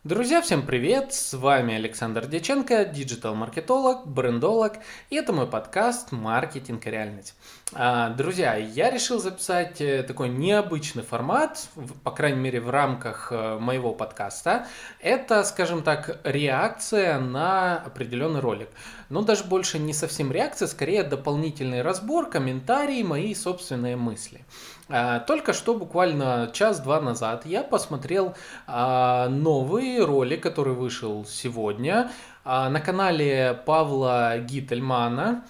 Друзья, всем привет! С вами Александр Дьяченко, диджитал-маркетолог, брендолог, и это мой подкаст «Маркетинг и реальность». Друзья, я решил записать такой необычный формат, по крайней мере в рамках моего подкаста. Это, скажем так, реакция на определенный ролик. Но даже больше не совсем реакция, скорее дополнительный разбор, комментарии, мои собственные мысли. Только что, буквально час-два назад, я посмотрел новый ролик, который вышел сегодня на канале Павла Гительмана,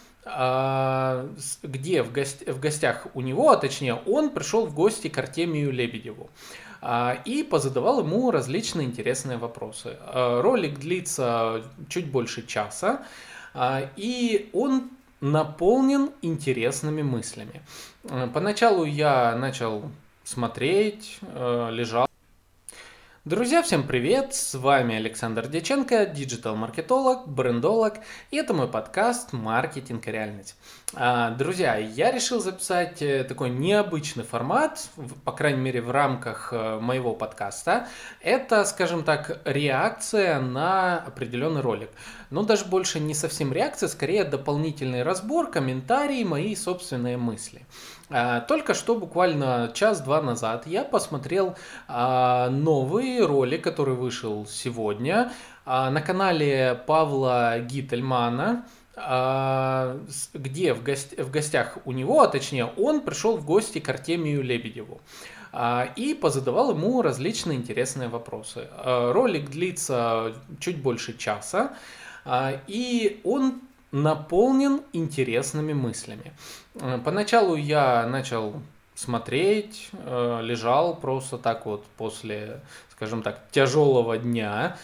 где в гостях у него, а точнее он пришел в гости к Артемию Лебедеву и позадавал ему различные интересные вопросы. Ролик длится чуть больше часа, и он наполнен интересными мыслями. Поначалу я начал смотреть, лежал. Друзья, всем привет! С вами Александр Дьяченко, диджитал-маркетолог, брендолог, и это мой подкаст «Маркетинг и реальность». Друзья, я решил записать такой необычный формат, по крайней мере в рамках моего подкаста. Это, скажем так, реакция на определенный ролик. Но даже больше не совсем реакция, скорее дополнительный разбор, комментарии, мои собственные мысли. Только что, буквально час-два назад, я посмотрел новый ролик, который вышел сегодня на канале Павла Гительмана, где в гостях у него, а точнее он пришел в гости к Артемию Лебедеву и позадавал ему различные интересные вопросы. Ролик длится чуть больше часа, и он наполнен интересными мыслями. Поначалу я начал смотреть, лежал просто так вот после, скажем так, тяжелого дня,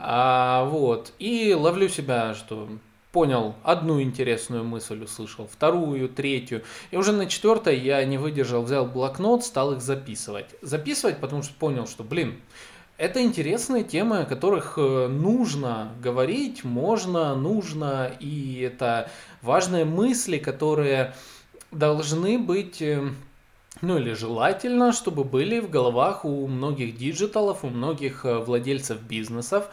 и ловлю себя, что понял одну интересную мысль, услышал вторую, третью, и уже на четвертой я не выдержал, взял блокнот, стал их записывать. Записывать, потому что понял, что, это интересные темы, о которых нужно говорить, нужно, и это важные мысли, которые должны быть, или желательно, чтобы были в головах у многих диджиталов, у многих владельцев бизнесов.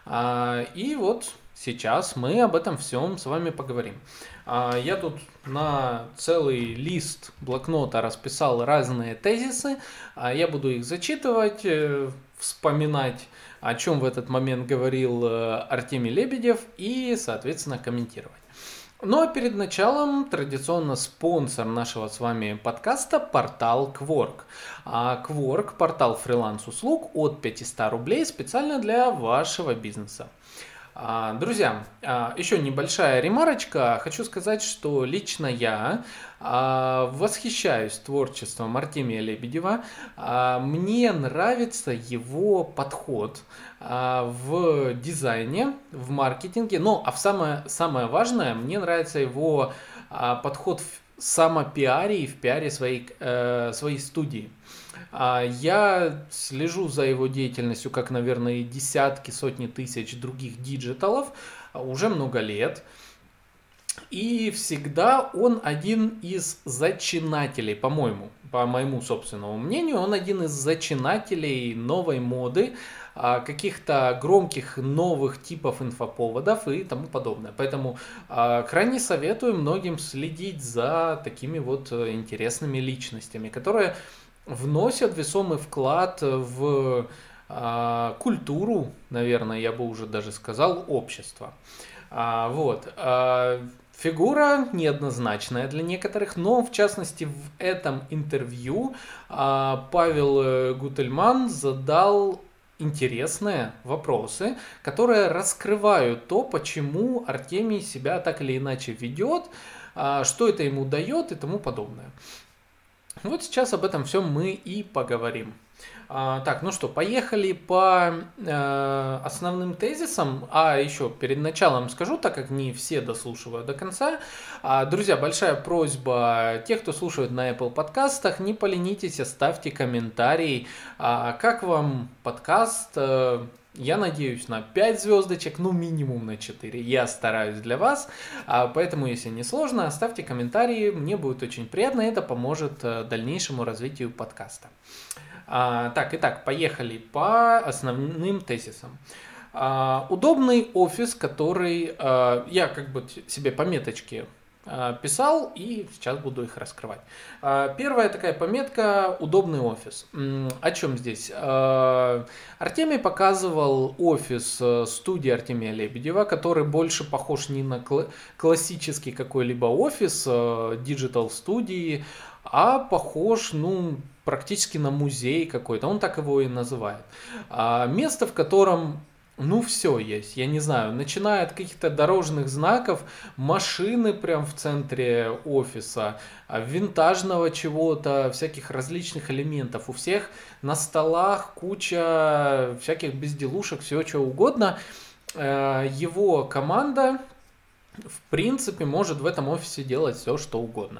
И вот сейчас мы об этом всем с вами поговорим. Я тут на целый лист блокнота расписал разные тезисы. Я буду их зачитывать, вспоминать, о чем в этот момент говорил Артемий Лебедев, и, соответственно, комментировать. Но перед началом традиционно спонсор нашего с вами подкаста — портал Quark. Quark — портал фриланс-услуг от 500 рублей специально для вашего бизнеса. Друзья, еще небольшая ремарочка. Хочу сказать, что лично я восхищаюсь творчеством Артемия Лебедева. Мне нравится его подход в дизайне, в маркетинге. Самое важное, мне нравится его подход в самопиаре и в пиаре своей студии. Я слежу за его деятельностью, как, наверное, десятки, сотни тысяч других диджиталов уже много лет. И всегда он один из зачинателей, по моему собственному мнению, он один из зачинателей новой моды, каких-то громких новых типов инфоповодов и тому подобное. Поэтому крайне советую многим следить за такими вот интересными личностями, которые вносят весомый вклад в культуру, наверное, я бы уже даже сказал, общества. Фигура неоднозначная для некоторых, но в частности в этом интервью Павел Гительман задал интересные вопросы, которые раскрывают то, почему Артемий себя так или иначе ведет, что это ему дает и тому подобное. Вот сейчас об этом всем мы и поговорим. Поехали по основным тезисам. Еще перед началом скажу, так как не все дослушивают до конца. Друзья, большая просьба, тех, кто слушает на Apple подкастах, не поленитесь, оставьте комментарий, как вам подкаст, Я надеюсь на 5 звездочек, ну минимум на 4. Я стараюсь для вас. Поэтому, если не сложно, оставьте комментарии. Мне будет очень приятно. Это поможет дальнейшему развитию подкаста. Итак, поехали по основным тезисам. Удобный офис, который я как бы себе пометочки писал, и сейчас буду их раскрывать. Первая такая пометка – удобный офис. О чем здесь? Артемий показывал офис студии Артемия Лебедева, который больше похож не на классический какой-либо офис диджитал студии, а похож, практически на музей какой-то. Он так его и называет. Место, в котором все есть, я не знаю, начиная от каких-то дорожных знаков, машины прям в центре офиса, винтажного чего-то, всяких различных элементов. У всех на столах куча всяких безделушек, всего чего угодно. Его команда, в принципе, может в этом офисе делать все, что угодно.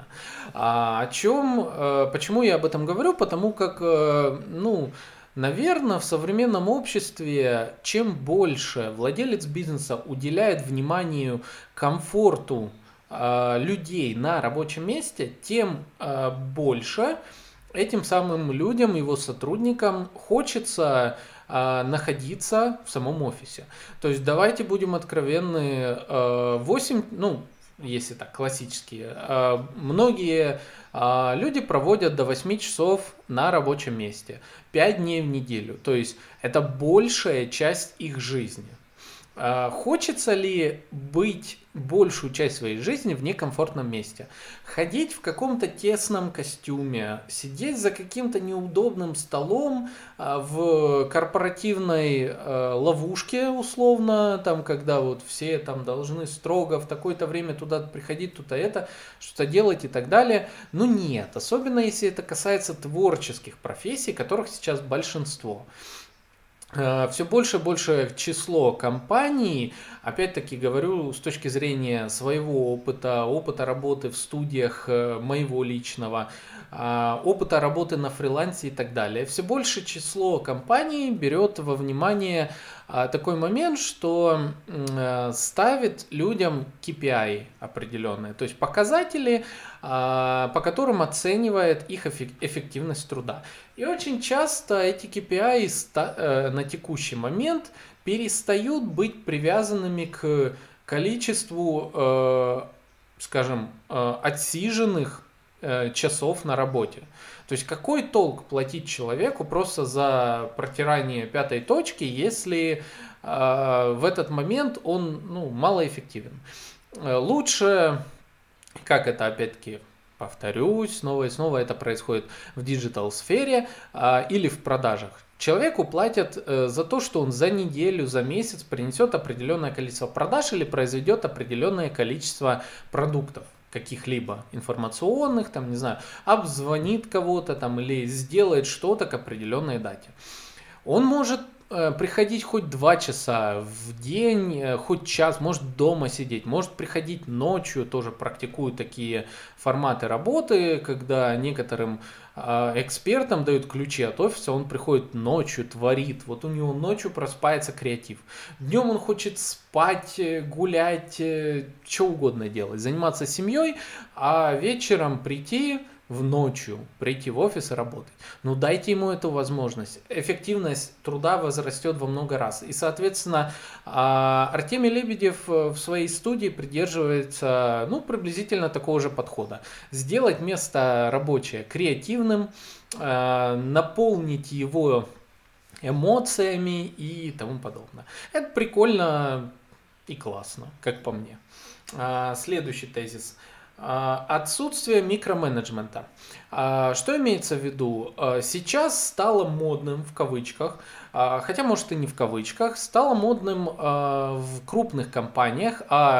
Почему я об этом говорю? Потому как, наверное, в современном обществе, чем больше владелец бизнеса уделяет вниманию комфорту людей на рабочем месте, тем больше этим самым людям, его сотрудникам хочется находиться в самом офисе. То есть давайте будем откровенны, 8, если так, классические, многие люди проводят до 8 часов на рабочем месте, 5 дней в неделю. То есть это большая часть их жизни. Хочется ли быть большую часть своей жизни в некомфортном месте? Ходить в каком-то тесном костюме, сидеть за каким-то неудобным столом в корпоративной ловушке условно, там, когда вот все там должны строго в такое-то время туда приходить, туда это, что-то делать и так далее. Нет, особенно если это касается творческих профессий, которых сейчас большинство. Все больше и больше число компаний, опять-таки говорю с точки зрения своего опыта работы в студиях моего личного, опыта работы на фрилансе и так далее. Все больше число компаний берет во внимание такой момент, что ставит людям KPI определенные, то есть показатели, по которым оценивает их эффективность труда. И очень часто эти KPI на текущий момент перестают быть привязанными к количеству, отсиженных часов на работе. То есть какой толк платить человеку просто за протирание пятой точки, если в этот момент он малоэффективен. Лучше, как это опять-таки повторюсь, снова и снова это происходит в диджитал-сфере или в продажах. Человеку платят за то, что он за неделю, за месяц принесет определенное количество продаж или произведет определенное количество продуктов каких-либо информационных, обзвонит кого-то или сделает что-то к определенной дате. Он может приходить хоть 2 часа в день, хоть час, может дома сидеть, может приходить ночью, тоже практикуют такие форматы работы, когда некоторым экспертам дают ключи от офиса, он приходит ночью, творит, вот у него ночью просыпается креатив. Днем он хочет спать, гулять, что угодно делать, заниматься семьей, а вечером прийти в офис и работать. Дайте ему эту возможность. Эффективность труда возрастет во много раз. И, соответственно, Артемий Лебедев в своей студии придерживается приблизительно такого же подхода. Сделать место рабочее креативным, наполнить его эмоциями и тому подобное. Это прикольно и классно, как по мне. Следующий тезис. Отсутствие микроменеджмента. Что имеется в виду? Сейчас стало модным, в кавычках, хотя может и не в кавычках, стало модным в крупных компаниях,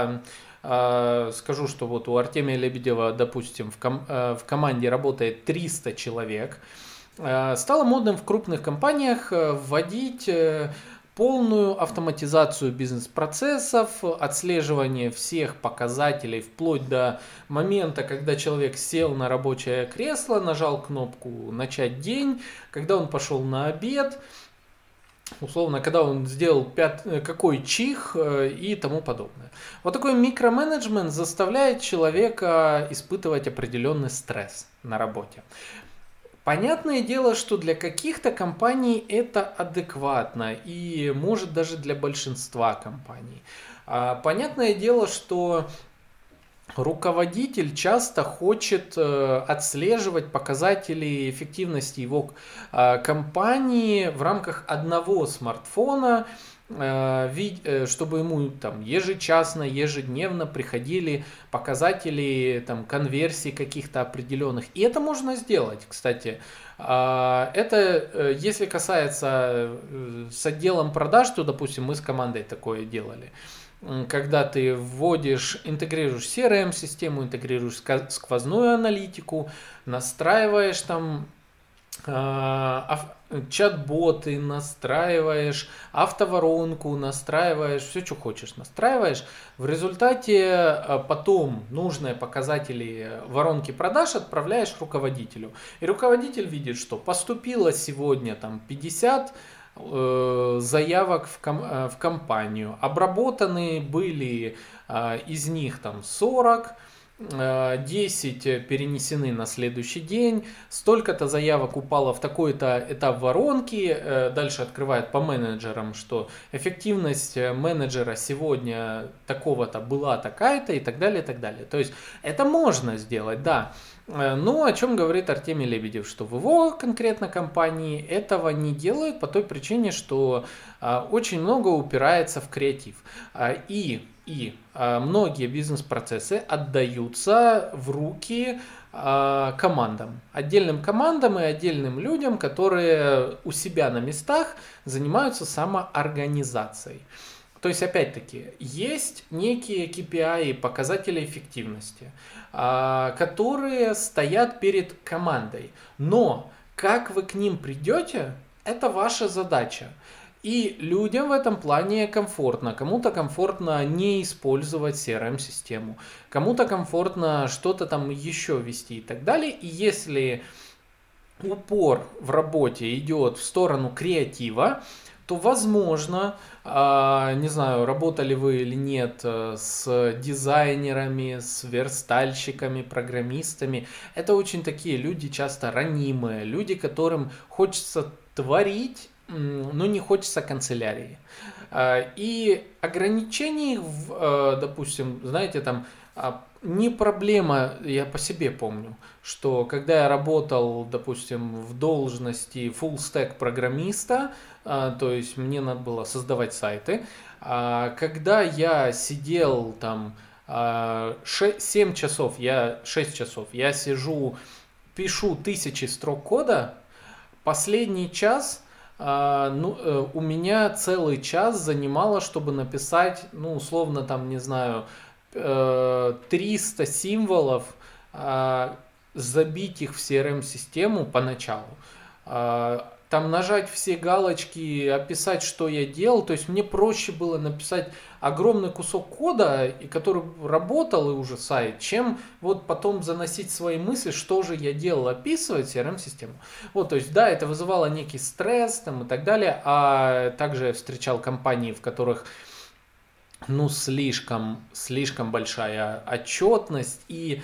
скажу, что вот у Артемия Лебедева, допустим, в команде работает 300 человек, стало модным в крупных компаниях вводить полную автоматизацию бизнес-процессов, отслеживание всех показателей вплоть до момента, когда человек сел на рабочее кресло, нажал кнопку «Начать день», когда он пошел на обед, условно, когда он сделал какой чих и тому подобное. Вот такой микроменеджмент заставляет человека испытывать определенный стресс на работе. Понятное дело, что для каких-то компаний это адекватно и может даже для большинства компаний. Понятное дело, что руководитель часто хочет отслеживать показатели эффективности его компании в рамках одного смартфона, чтобы ему там ежечасно, ежедневно приходили показатели там конверсии каких-то определенных. И это можно сделать, кстати. Это если касается с отделом продаж, то, допустим, мы с командой такое делали. Когда ты вводишь, интегрируешь CRM-систему, интегрируешь сквозную аналитику, настраиваешь там чат-боты, настраиваешь автоворонку, настраиваешь все, что хочешь, настраиваешь. В результате потом нужные показатели воронки продаж отправляешь руководителю. И руководитель видит, что поступило сегодня там 50 заявок в компанию. Обработаны были из них там 40, 10 перенесены на следующий день, столько-то заявок упало в такой-то этап воронки, дальше открывает по менеджерам, что эффективность менеджера сегодня такого-то была такая-то и так далее, и так далее. То есть это можно сделать, да. Но о чем говорит Артемий Лебедев, что в его конкретно компании этого не делают по той причине, что очень много упирается в креатив. И многие бизнес-процессы отдаются в руки командам, отдельным командам и отдельным людям, которые у себя на местах занимаются самоорганизацией. То есть, опять-таки, есть некие KPI, показатели эффективности, которые стоят перед командой. Но как вы к ним придете, это ваша задача. И людям в этом плане комфортно. Кому-то комфортно не использовать CRM-систему, кому-то комфортно что-то там еще вести и так далее. И если упор в работе идет в сторону креатива, то возможно, не знаю, работали вы или нет с дизайнерами, с верстальщиками, программистами. Это очень такие люди часто ранимые, люди, которым хочется творить, но не хочется канцелярии. И ограничений, допустим, знаете, там не проблема, я по себе помню, что когда я работал, допустим, в должности full stack программиста, то есть мне надо было создавать сайты, когда я сидел там 7 часов, 6 часов, я сижу, пишу тысячи строк кода, последний час у меня целый час занимало, чтобы написать, условно, там, не знаю, 300 символов, забить их в CRM-систему поначалу. Там нажать все галочки, описать, что я делал. То есть мне проще было написать огромный кусок кода, который работал и уже сайт, чем вот потом заносить свои мысли, что же я делал, описывать CRM-систему. Вот, то есть, да, это вызывало некий стресс там, и так далее. А также я встречал компании, в которых слишком большая отчетность, и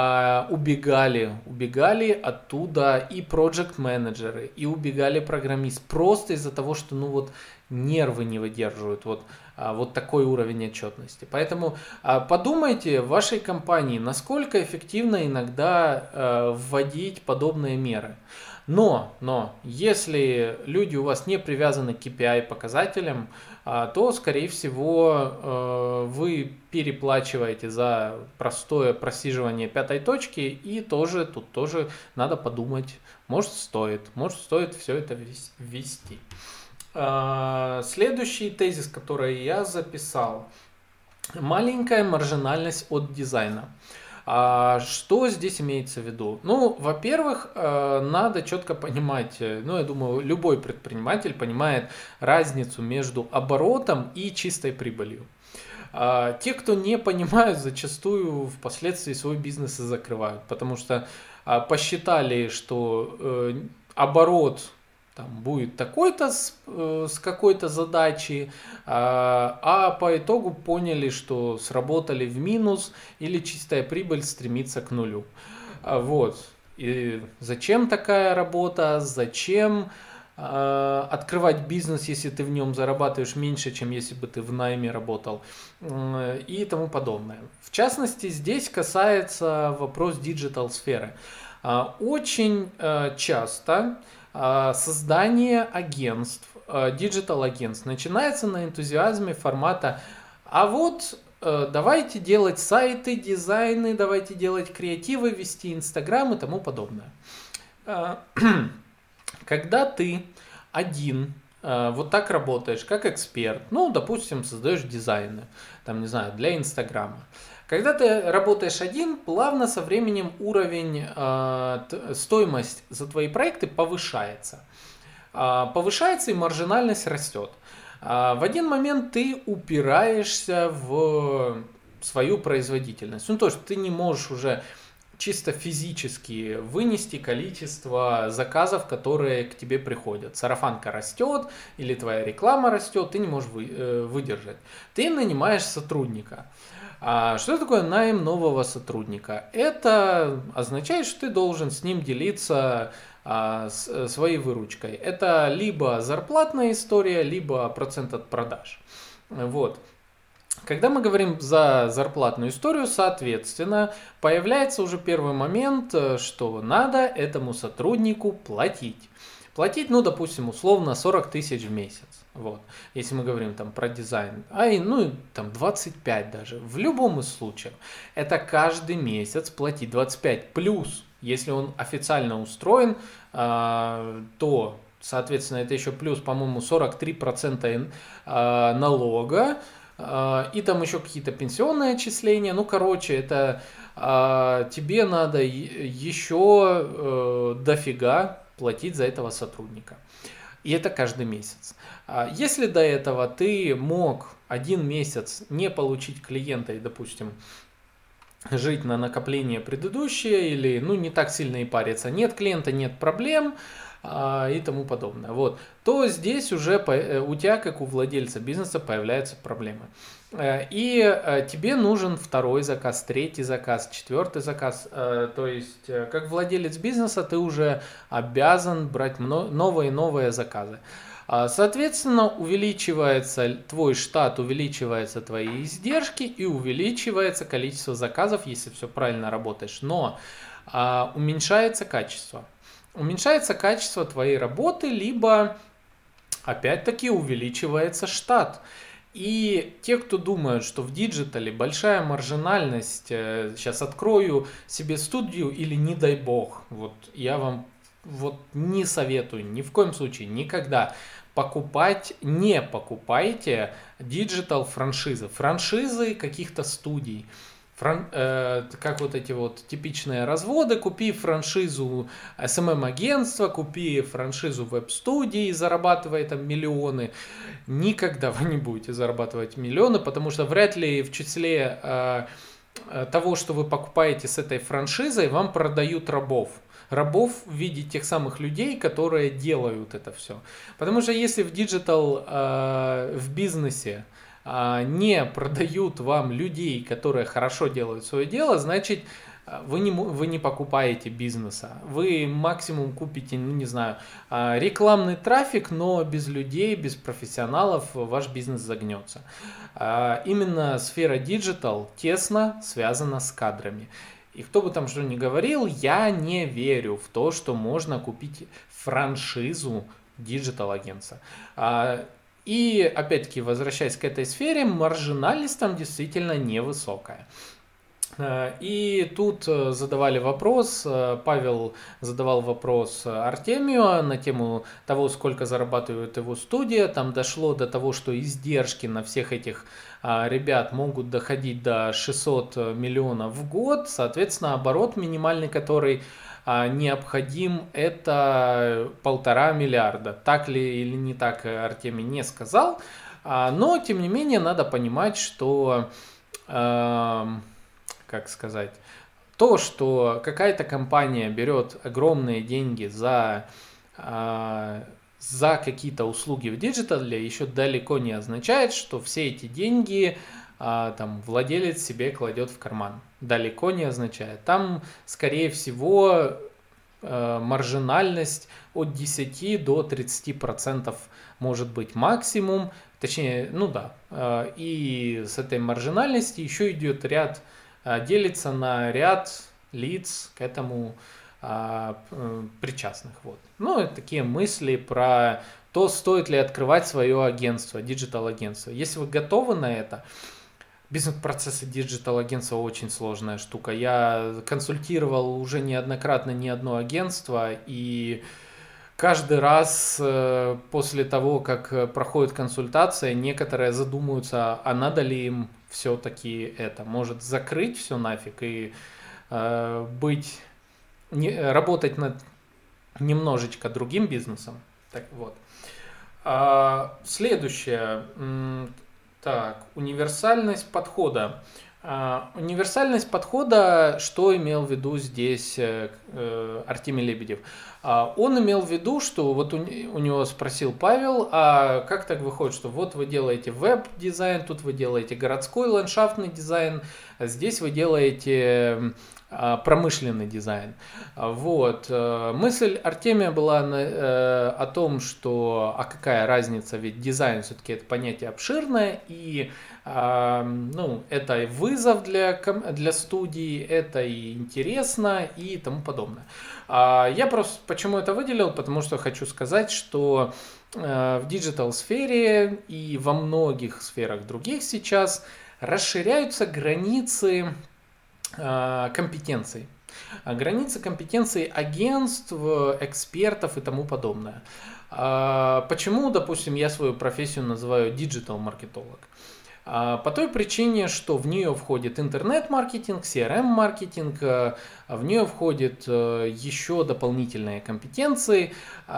убегали оттуда и проект-менеджеры, и убегали программисты, просто из-за того, что нервы не выдерживают вот такой уровень отчетности. Поэтому подумайте в вашей компании, насколько эффективно иногда вводить подобные меры. Но если люди у вас не привязаны к KPI показателям, то, скорее всего, вы переплачиваете за простое просиживание пятой точки, и тут тоже надо подумать, может стоит все это ввести. Следующий тезис, который я записал: маленькая маржинальность от дизайна. Что здесь имеется в виду? Во-первых, надо четко понимать, я думаю, любой предприниматель понимает разницу между оборотом и чистой прибылью. Те, кто не понимают, зачастую впоследствии свой бизнес и закрывают, потому что посчитали, что оборот там будет такой-то с какой-то задачей, а по итогу поняли, что сработали в минус или чистая прибыль стремится к нулю. Вот. И зачем такая работа, зачем открывать бизнес, если ты в нем зарабатываешь меньше, чем если бы ты в найме работал, и тому подобное. В частности, здесь касается вопрос диджитал-сферы. Очень часто создание агентств, диджитал-агентств, начинается на энтузиазме формата «а вот давайте делать сайты, дизайны, давайте делать креативы, вести Инстаграм» и тому подобное. Когда ты один вот так работаешь, как эксперт, ну, допустим, создаешь дизайны, там, не знаю, для Инстаграма. Когда ты работаешь один, плавно со временем уровень, стоимость за твои проекты повышается. Повышается и маржинальность растет. В один момент ты упираешься в свою производительность. Ну, то есть ты не можешь уже чисто физически вынести количество заказов, которые к тебе приходят. Сарафанка растет или твоя реклама растет, ты не можешь выдержать. Ты нанимаешь сотрудника. Что такое найм нового сотрудника? Это означает, что ты должен с ним делиться своей выручкой. Это либо зарплатная история, либо процент от продаж. Вот. Когда мы говорим за зарплатную историю, соответственно, появляется уже первый момент, что надо этому сотруднику платить. Платить, ну, допустим, условно 40 тысяч в месяц. Вот. Если мы говорим там про дизайн, ну, там 25 даже. В любом из случаев. Это каждый месяц платить 25 плюс. Если он официально устроен, то, соответственно, это еще плюс, по-моему, 43% налога. И там еще какие-то пенсионные отчисления. Ну, короче, это тебе надо еще дофига платить за этого сотрудника. И это каждый месяц. Если до этого ты мог один месяц не получить клиента и, допустим, жить на накопление предыдущее или, ну, не так сильно и париться, нет клиента, нет проблем и тому подобное, вот, то здесь уже у тебя, как у владельца бизнеса, появляются проблемы. И тебе нужен второй заказ, третий заказ, четвертый заказ. То есть, как владелец бизнеса, ты уже обязан брать новые и новые заказы. Соответственно, увеличивается твой штат, увеличиваются твои издержки и увеличивается количество заказов, если все правильно работаешь. Но уменьшается качество. Уменьшается качество твоей работы, либо, опять-таки, увеличивается штат. И те, кто думают, что в диджитале большая маржинальность, сейчас открою себе студию или не дай бог, вот я вам вот не советую ни в коем случае, никогда не покупайте диджитал франшизы, франшизы каких-то студий. Как вот эти вот типичные разводы, купи франшизу SMM-агентства, купи франшизу веб-студии, зарабатывай там миллионы. Никогда вы не будете зарабатывать миллионы, потому что вряд ли в числе того, что вы покупаете с этой франшизой, вам продают рабов. Рабов в виде тех самых людей, которые делают это все. Потому что если в диджитал, в бизнесе не продают вам людей, которые хорошо делают свое дело, значит, вы не покупаете бизнеса. Вы максимум купите, ну не знаю, рекламный трафик, но без людей, без профессионалов ваш бизнес загнется. Именно сфера диджитал тесно связана с кадрами. И кто бы там что ни говорил, я не верю в то, что можно купить франшизу диджитал-агентства. И опять-таки, возвращаясь к этой сфере, маржинальность там действительно невысокая. И тут задавали вопрос, Павел задавал вопрос Артемию на тему того, сколько зарабатывает его студия. Там дошло до того, что издержки на всех этих ребят могут доходить до 600 миллионов в год. Соответственно, оборот минимальный, который необходим, это 1,5 миллиарда. Так ли или не так, Артемий не сказал. Но, тем не менее, надо понимать, что... как сказать, то, что какая-то компания берет огромные деньги за за какие-то услуги в диджитале еще далеко не означает, что все эти деньги там владелец себе кладет в карман. Далеко не означает. Там, скорее всего, маржинальность от 10 до 30% может быть максимум. Точнее, ну да. И с этой маржинальности еще идет ряд, делится на ряд лиц к этому причастных. Вот. Ну, это такие мысли про то, стоит ли открывать свое агентство, диджитал-агентство. Если вы готовы на это, бизнес-процессы диджитал-агентства очень сложная штука. Я консультировал уже неоднократно не одно агентство, и каждый раз после того, как проходит консультация, некоторые задумываются, а надо ли им все-таки это. Может закрыть все нафиг и работать над немножечко другим бизнесом. Так вот. Следующее. Так, универсальность подхода. Универсальность подхода, что имел в виду здесь Артемий Лебедев? Он имел в виду, что вот у него спросил Павел, а как так выходит, что вот вы делаете веб-дизайн, тут вы делаете городской ландшафтный дизайн, а здесь вы делаете промышленный дизайн. Вот. Мысль Артемия была о том, что а какая разница, ведь дизайн все-таки это понятие обширное, и ну, это и вызов для студии, это и интересно и тому подобное. Я просто почему это выделил, потому что хочу сказать, что в диджитал-сфере и во многих сферах других сейчас расширяются границы компетенций. Границы компетенций агентств, экспертов и тому подобное. Почему, допустим, я свою профессию называю диджитал-маркетолог? По той причине, что в нее входит интернет-маркетинг, CRM-маркетинг, в нее входят еще дополнительные компетенции,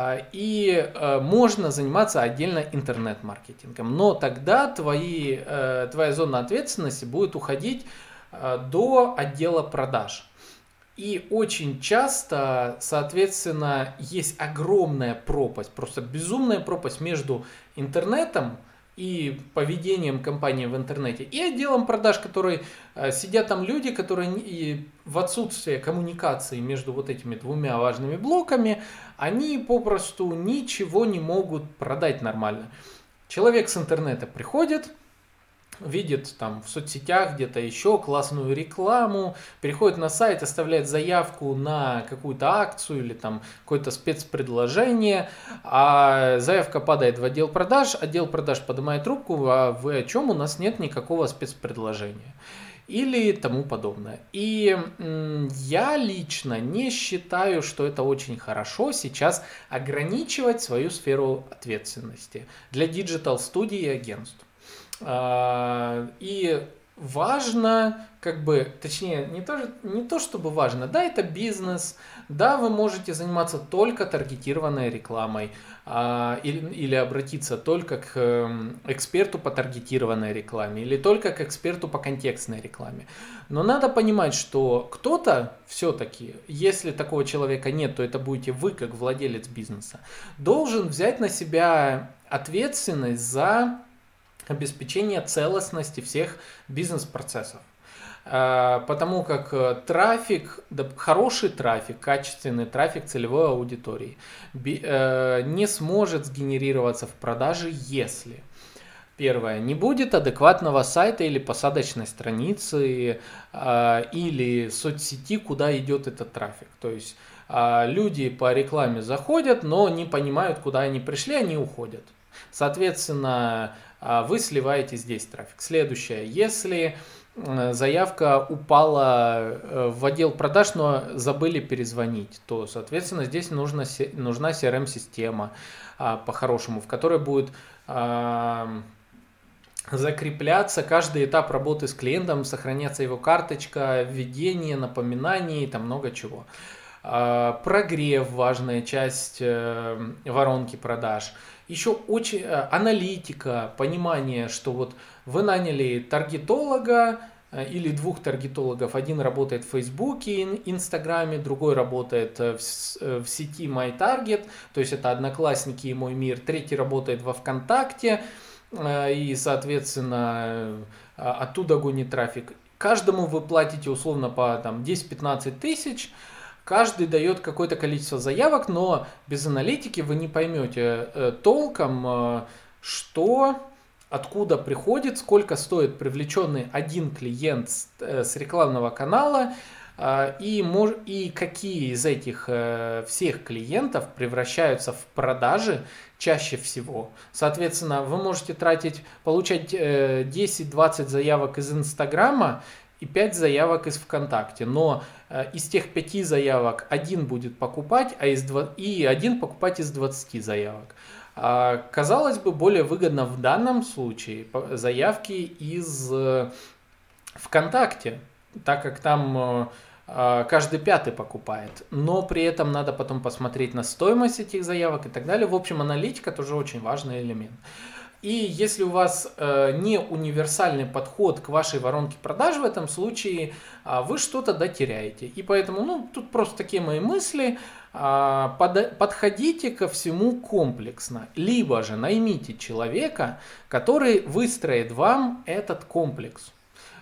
и можно заниматься отдельно интернет-маркетингом. Но тогда твоя зона ответственности будет уходить до отдела продаж. И очень часто, соответственно, есть огромная пропасть, просто безумная пропасть между интернетом и поведением компании в интернете и отделом продаж, которые сидят там люди, которые в отсутствие коммуникации между вот этими двумя важными блоками, они попросту ничего не могут продать нормально. Человек с интернета приходит, видит там в соцсетях где-то еще классную рекламу, переходит на сайт, оставляет заявку на какую-то акцию или там какое-то спецпредложение, а заявка падает в отдел продаж поднимает трубку, а вы о чем, у нас нет никакого спецпредложения. Или тому подобное. И я лично не считаю, что это очень хорошо сейчас ограничивать свою сферу ответственности для диджитал-студий и агентств. И важно, точнее, не то чтобы важно, да, это бизнес, да, вы можете заниматься только таргетированной рекламой или обратиться только к эксперту по таргетированной рекламе или только к эксперту по контекстной рекламе. Но надо понимать, что кто-то все-таки, если такого человека нет, то это будете вы, как владелец бизнеса, должен взять на себя ответственность за обеспечение целостности всех бизнес-процессов. Потому как трафик, хороший трафик, качественный трафик целевой аудитории не сможет сгенерироваться в продаже, если, первое, не будет адекватного сайта или посадочной страницы или соцсети, куда идет этот трафик. То есть люди по рекламе заходят, но не понимают, куда они пришли, они уходят. Соответственно, вы сливаете здесь трафик. Следующее. Если заявка упала в отдел продаж, но забыли перезвонить, то, соответственно, здесь нужна CRM-система по-хорошему, в которой будет закрепляться каждый этап работы с клиентом, сохраняться его карточка, введение, напоминания и там много чего. Прогрев – важная часть воронки продаж. Еще очень аналитика, понимание, что вот вы наняли таргетолога, или двух таргетологов. Один работает в Фейсбуке, Инстаграме, другой работает в сети MyTarget, то есть это Одноклассники и Мой Мир. Третий работает во ВКонтакте и, соответственно, оттуда гонит трафик. Каждому вы платите условно по 10-15 тысяч. Каждый дает какое-то количество заявок, но без аналитики вы не поймете толком, откуда приходит, сколько стоит привлеченный один клиент с рекламного канала и какие из этих всех клиентов превращаются в продажи чаще всего. Соответственно, вы можете получать 10-20 заявок из Инстаграма и 5 заявок из ВКонтакте, но из тех 5 заявок один будет покупать, и один покупать из 20 заявок. Казалось бы, более выгодно в данном случае заявки из ВКонтакте, так как там каждый пятый покупает, но при этом надо потом посмотреть на стоимость этих заявок и так далее. В общем, аналитика тоже очень важный элемент. И если у вас не универсальный подход к вашей воронке продаж в этом случае, вы что-то дотеряете. И поэтому, тут просто такие мои мысли. Подходите ко всему комплексно. Либо же наймите человека, который выстроит вам этот комплекс.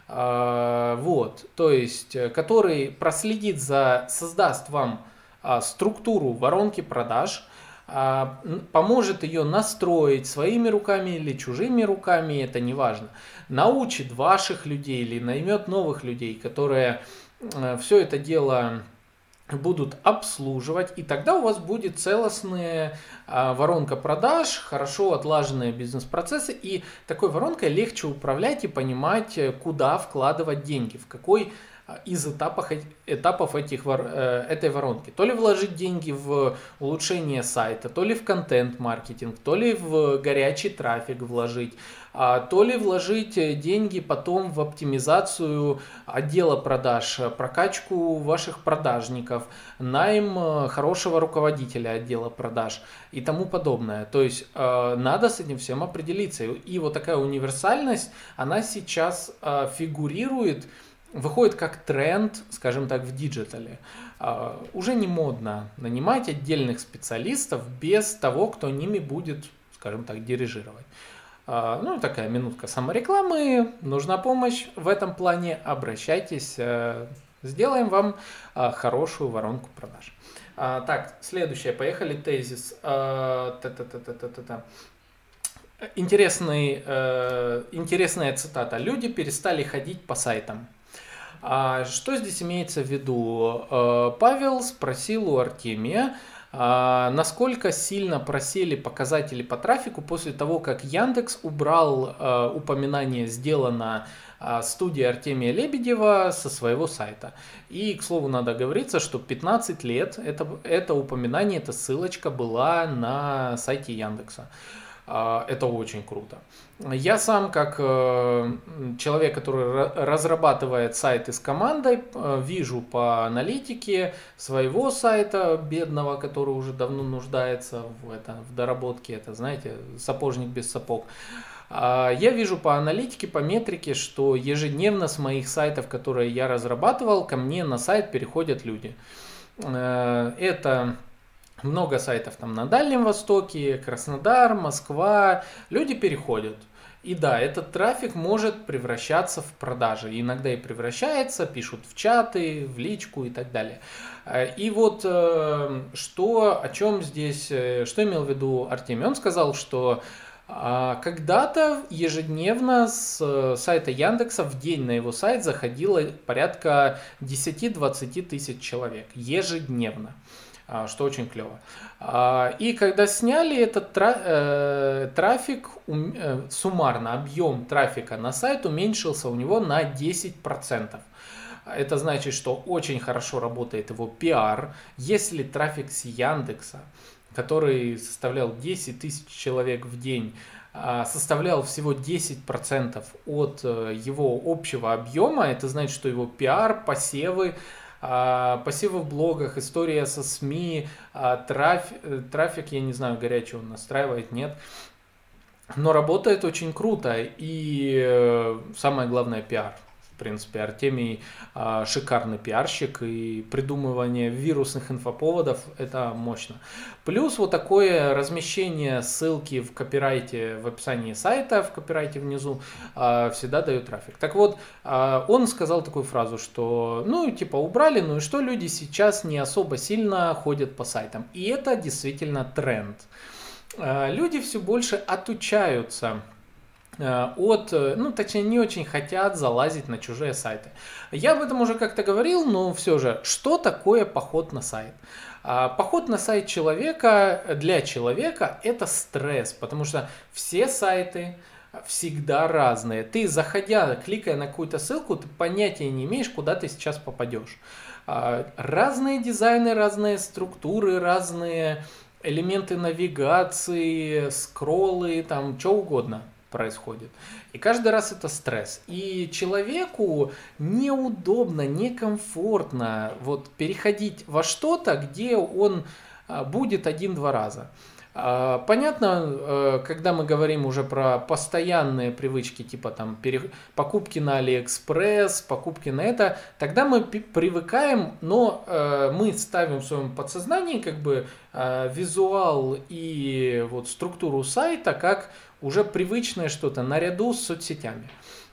То есть, который создаст вам структуру воронки продаж, поможет ее настроить своими руками или чужими руками, это не важно, научит ваших людей или наймет новых людей, которые все это дело будут обслуживать, и тогда у вас будет целостная воронка продаж, хорошо отлаженные бизнес-процессы, и такой воронкой легче управлять и понимать, куда вкладывать деньги, в какой из этапов этой воронки. То ли вложить деньги в улучшение сайта, то ли в контент-маркетинг, то ли в горячий трафик вложить, то ли вложить деньги потом в оптимизацию отдела продаж, прокачку ваших продажников, найм хорошего руководителя отдела продаж и тому подобное. То есть надо с этим всем определиться. И вот такая универсальность, она сейчас выходит как тренд, скажем так, в диджитале. Уже не модно нанимать отдельных специалистов без того, кто ними будет, скажем так, дирижировать. Такая минутка саморекламы. Нужна помощь в этом плане. Обращайтесь. Сделаем вам хорошую воронку продаж. Так, следующее. Поехали. Тезис. Интересная цитата. Люди перестали ходить по сайтам. Что здесь имеется в виду? Павел спросил у Артемия, насколько сильно просели показатели по трафику после того, как Яндекс убрал упоминание «сделано студией Артемия Лебедева» со своего сайта. И, к слову, надо говориться, что 15 лет это упоминание, эта ссылочка была на сайте Яндекса. Это очень круто. Я сам, как человек, который разрабатывает сайты с командой, вижу по аналитике своего сайта бедного, который уже давно нуждается в доработке, это, знаете, сапожник без сапог. Я вижу по аналитике, по метрике, что ежедневно с моих сайтов, которые я разрабатывал, ко мне на сайт переходят люди. Это много сайтов там на Дальнем Востоке, Краснодар, Москва. Люди переходят. И да, этот трафик может превращаться в продажи. Иногда и превращается, пишут в чаты, в личку и так далее. И вот что имел в виду Артемий? Он сказал, что когда-то ежедневно с сайта Яндекса в день на его сайт заходило порядка 10-20 тысяч человек. Ежедневно. Что очень клево. И когда сняли этот трафик, суммарно объем трафика на сайт уменьшился у него на 10%. Это значит, что очень хорошо работает его пиар. Если трафик с Яндекса, который составлял 10 тысяч человек в день, составлял всего 10% от его общего объема, это значит, что его пиар, посевы в блогах, история со СМИ, трафик, я не знаю, горячий он настраивает, нет. Но работает очень круто, и самое главное, пиар. В принципе, Артемий шикарный пиарщик, и придумывание вирусных инфоповодов – это мощно. Плюс вот такое размещение ссылки в копирайте, в описании сайта, в копирайте внизу, всегда дает трафик. Так вот, он сказал такую фразу, что, ну, типа, убрали, ну и что, люди сейчас не особо сильно ходят по сайтам. И это действительно тренд. Люди все больше отучаются ну, точнее, не очень хотят залазить на чужие сайты. Я об этом уже как-то говорил, но все же, что такое поход на сайт? Поход на сайт человека для человека – это стресс, потому что все сайты всегда разные. Ты, заходя, кликая на какую-то ссылку, ты понятия не имеешь, куда ты сейчас попадешь. Разные дизайны, разные структуры, разные элементы навигации, скроллы, там, что угодно происходит. И каждый раз это стресс. И человеку неудобно, некомфортно вот переходить во что-то, где он будет один-два раза. Понятно, когда мы говорим уже про постоянные привычки, типа там покупки на Алиэкспресс, покупки на это, тогда мы привыкаем, но мы ставим в своем подсознании как бы визуал и вот структуру сайта как уже привычное что-то наряду с соцсетями.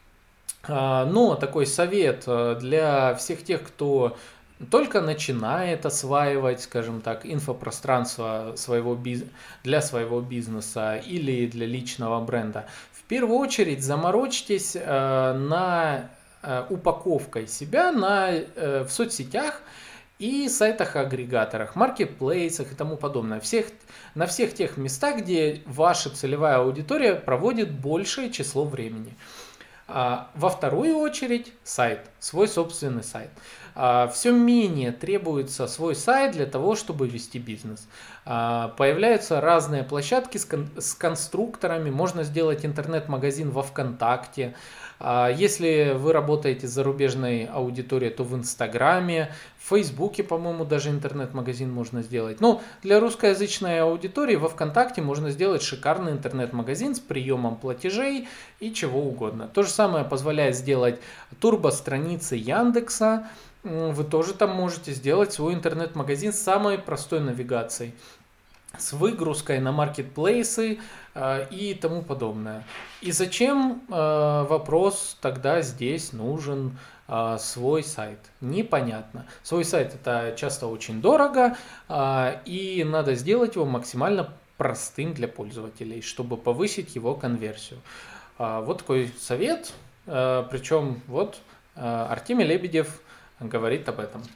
Но такой совет для всех тех, кто только начинает осваивать, скажем так, инфопространство для своего бизнеса или для личного бренда. В первую очередь заморочьтесь на упаковкой себя в соцсетях и сайтах-агрегаторах, маркетплейсах и тому подобное. На всех тех местах, где ваша целевая аудитория проводит большее число времени. Во вторую очередь сайт, свой собственный сайт. Все менее требуется свой сайт для того, чтобы вести бизнес. Появляются разные площадки с конструкторами, можно сделать интернет-магазин во ВКонтакте. Если вы работаете с зарубежной аудиторией, то в Инстаграме, в Фейсбуке, по-моему, даже интернет-магазин можно сделать. Но для русскоязычной аудитории во ВКонтакте можно сделать шикарный интернет-магазин с приемом платежей и чего угодно. То же самое позволяет сделать турбо-страницы Яндекса. Вы тоже там можете сделать свой интернет-магазин с самой простой навигацией, с выгрузкой на маркетплейсы и тому подобное. И зачем, вопрос, тогда здесь нужен свой сайт? Непонятно. Свой сайт это часто очень дорого, и надо сделать его максимально простым для пользователей, чтобы повысить его конверсию. Вот такой совет, причем вот Артемий Лебедев говорит об этом.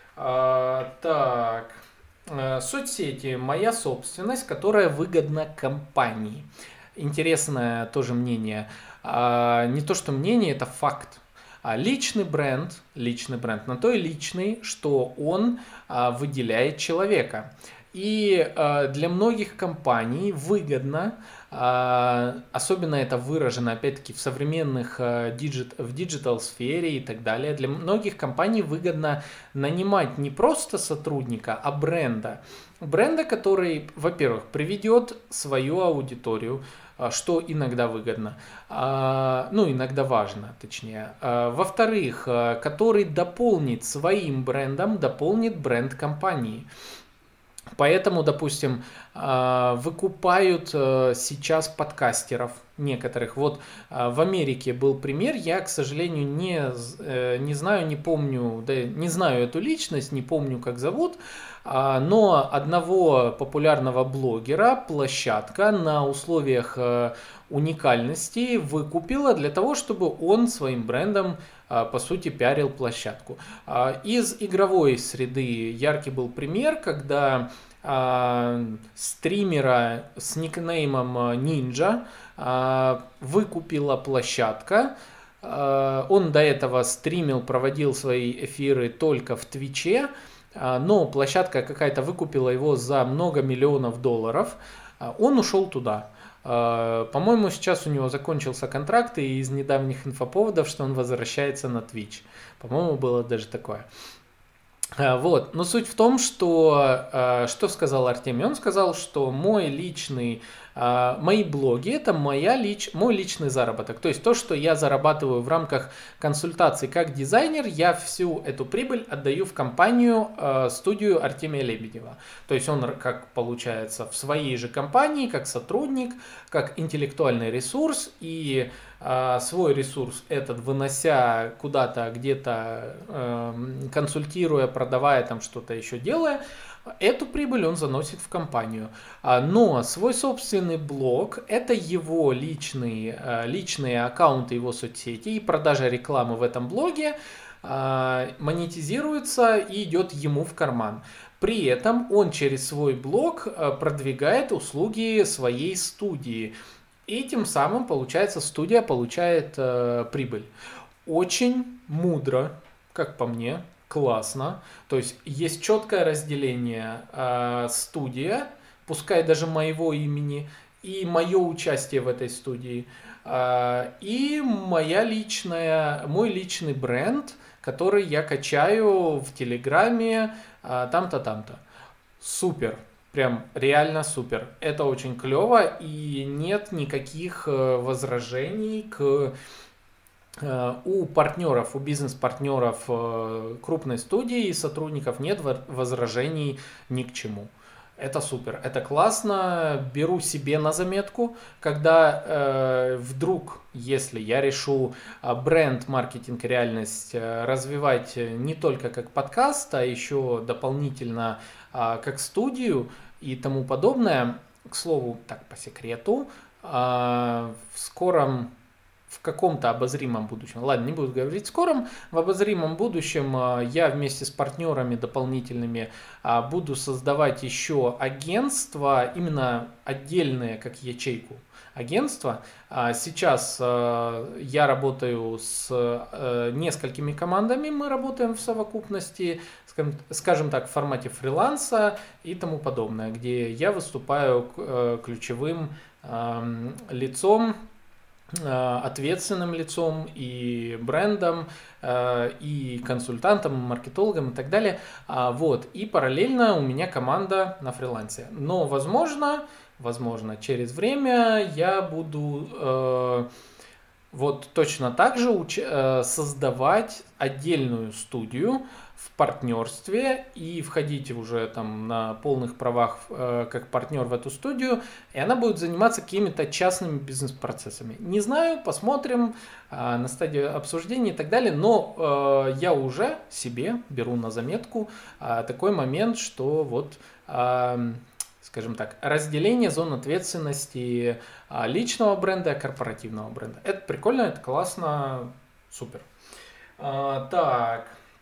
Так, соцсети – моя собственность, которая выгодна компании. Интересное тоже мнение. Не то, что мнение, это факт. Личный бренд на то и личный, что он выделяет человека. И для многих компаний выгодно, особенно это выражено, опять-таки, в современных в диджитал-сфере и так далее, для многих компаний выгодно нанимать не просто сотрудника, а бренда. Бренда, который, во-первых, приведет свою аудиторию, что иногда выгодно, ну, иногда важно, точнее. Во-вторых, который дополнит своим брендом, дополнит бренд компании. Поэтому, допустим, выкупают сейчас подкастеров некоторых. Вот в Америке был пример, я, к сожалению, не знаю, не помню, да, не знаю эту личность, не помню, как зовут, но одного популярного блогера площадка на условиях уникальности выкупила для того, чтобы он своим брендом, по сути, пиарил площадку. Из игровой среды яркий был пример, когда стримера с никнеймом Ninja выкупила площадка. Он до этого стримил, проводил свои эфиры только в Твиче, но площадка какая-то выкупила его за много миллионов долларов. Он ушел туда. По-моему, сейчас у него закончился контракт, и из недавних инфоповодов, что он возвращается на Twitch. По-моему, было даже такое. Вот. Но суть в том, что сказал Артемий? Он сказал, что мой личный Мои блоги – это мой личный заработок. То есть то, что я зарабатываю в рамках консультаций как дизайнер, я всю эту прибыль отдаю в компанию, студию Артемия Лебедева. То есть он, как получается, в своей же компании, как сотрудник, как интеллектуальный ресурс, и свой ресурс этот, вынося куда-то, где-то, консультируя, продавая там что-то еще делая, эту прибыль он заносит в компанию. Но свой собственный блог – это его личные аккаунты, его соцсети, и продажа рекламы в этом блоге монетизируется и идет ему в карман. При этом он через свой блог продвигает услуги своей студии. И тем самым, получается, студия получает прибыль. Очень мудро, как по мне, классно. То есть есть четкое разделение студия, пускай даже моего имени, и мое участие в этой студии, и мой личный бренд, который я качаю в Телеграме, там-то, там-то. Супер. Прям реально супер. Это очень клево, и нет никаких возражений у партнеров, у бизнес-партнеров крупной студии и сотрудников нет возражений ни к чему. Это супер, это классно, беру себе на заметку, когда вдруг, если я решу бренд, маркетинг, реальность развивать не только как подкаст, а еще дополнительно как студию и тому подобное, к слову, так по секрету, в каком-то обозримом будущем, ладно, не буду говорить скором, в обозримом будущем я вместе с партнерами дополнительными буду создавать еще агентства, именно отдельные, как ячейку агентства. Сейчас я работаю с несколькими командами, мы работаем в совокупности, скажем так, в формате фриланса и тому подобное, где я выступаю ключевым лицом, ответственным лицом и брендом, и консультантом, и маркетологом и так далее. Вот. И параллельно у меня команда на фрилансе. Но возможно, через время я буду вот точно так же создавать отдельную студию в партнерстве и входить уже там на полных правах как партнер в эту студию, и она будет заниматься какими-то частными бизнес-процессами. Не знаю, посмотрим на стадии обсуждения и так далее, но я уже себе беру на заметку такой момент, что вот, скажем так, разделение зон ответственности личного бренда и корпоративного бренда. Это прикольно, это классно, супер. Так.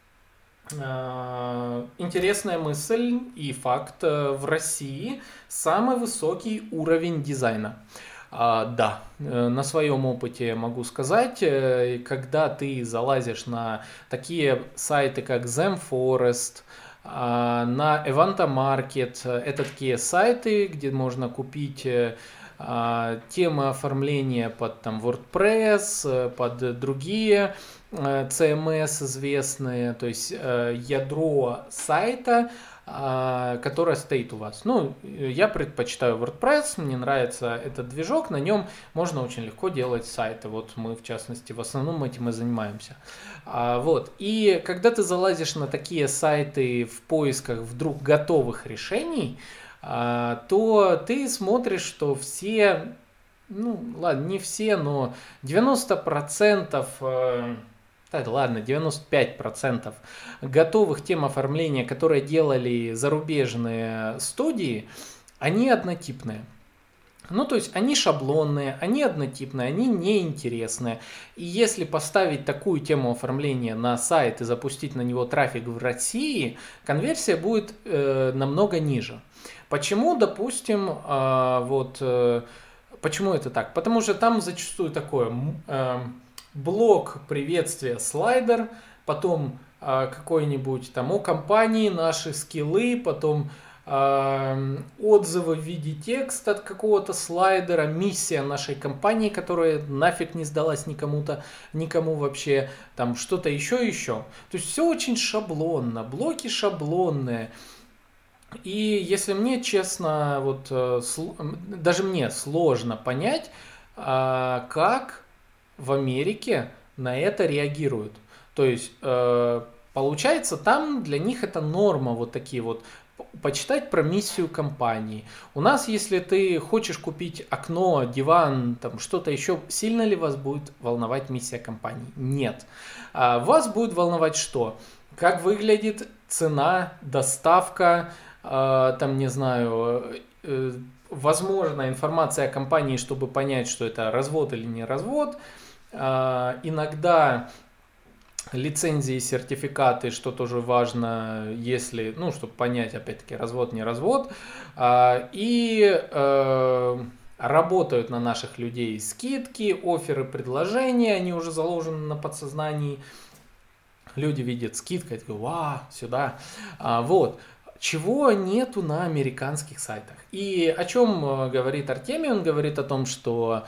Интересная мысль и факт. В России самый высокий уровень дизайна. Да, на своем опыте могу сказать, когда ты залазишь на такие сайты, как Zemforest, на Evanta Market, это такие сайты, где можно купить темы оформления под там, WordPress, под другие CMS известные, то есть ядро сайта, которое стоит у вас. Ну, я предпочитаю WordPress, мне нравится этот движок, на нем можно очень легко делать сайты. Вот мы, в частности, в основном этим и занимаемся. Вот. И когда ты залазишь на такие сайты в поисках вдруг готовых решений, то ты смотришь, что все, ну ладно, не все, но 90%, так, ладно, 95% готовых тем оформления, которые делали зарубежные студии, они однотипные. Ну, то есть они шаблонные, они однотипные, они неинтересные. И если поставить такую тему оформления на сайт и запустить на него трафик в России, конверсия будет намного ниже. Почему, допустим, почему это так? Потому что там зачастую такое блок приветствия, слайдер, потом какой-нибудь там о компании, наши скиллы, потом отзывы в виде текста от какого-то слайдера, миссия нашей компании, которая нафиг не сдалась никому вообще, там что-то еще. То есть все очень шаблонно, блоки шаблонные. И если мне честно, даже мне сложно понять, как в Америке на это реагируют. То есть, получается, там для них это норма, вот такие вот почитать про миссию компании. У нас, если ты хочешь купить окно, диван, там что-то еще, сильно ли вас будет волновать миссия компании? Нет. Вас будет волновать что? Как выглядит цена, доставка, там, не знаю, возможно, информация о компании, чтобы понять, что это развод или не развод. Иногда лицензии, сертификаты, что тоже важно, если, ну, чтобы понять, опять-таки, развод, не развод. Работают на наших людей скидки, офферы, предложения, они уже заложены на подсознании. Люди видят скидку, и такие, вау, сюда. Вот. Чего нету на американских сайтах. И о чем говорит Артемий? Он говорит о том, что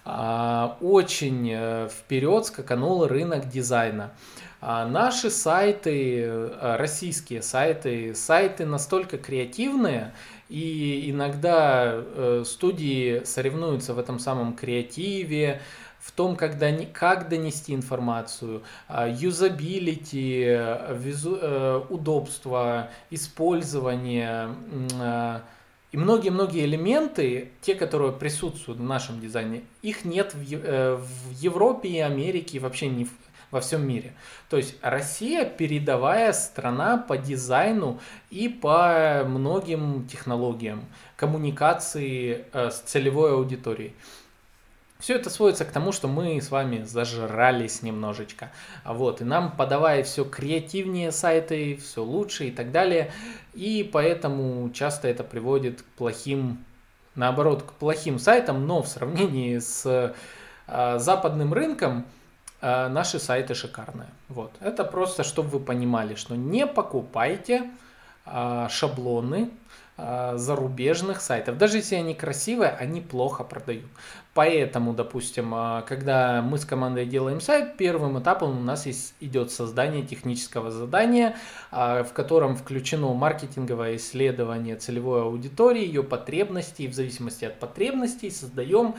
очень вперед скаканул рынок дизайна. Наши сайты, российские сайты настолько креативные, и иногда студии соревнуются в этом самом креативе, в том, как донести информацию, юзабилити, удобство, использование и многие-многие элементы, те, которые присутствуют в нашем дизайне, их нет в Европе и Америке, и вообще не во всем мире. То есть Россия передовая страна по дизайну и по многим технологиям коммуникации с целевой аудиторией. Все это сводится к тому, что мы с вами зажрались немножечко. Вот, и нам, подавая все креативнее сайты, все лучше и так далее. И поэтому часто это приводит к плохим, наоборот, к плохим сайтам, но в сравнении с западным рынком наши сайты шикарные. Вот. Это просто, чтобы вы понимали, что не покупайте шаблоны зарубежных сайтов. Даже если они красивые, они плохо продают. Поэтому, допустим, когда мы с командой делаем сайт, первым этапом у нас идет создание технического задания, в котором включено маркетинговое исследование целевой аудитории, ее потребностей. В зависимости от потребностей создаем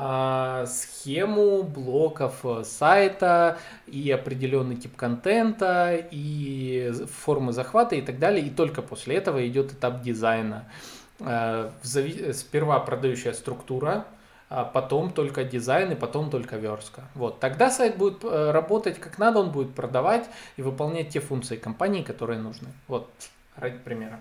схему блоков сайта и определенный тип контента, и формы захвата и так далее. И только после этого идет этап дизайна. Сперва продающая структура, потом только дизайн и потом только верстка. Вот. Тогда сайт будет работать как надо, он будет продавать и выполнять те функции компании, которые нужны. Вот, ради примера.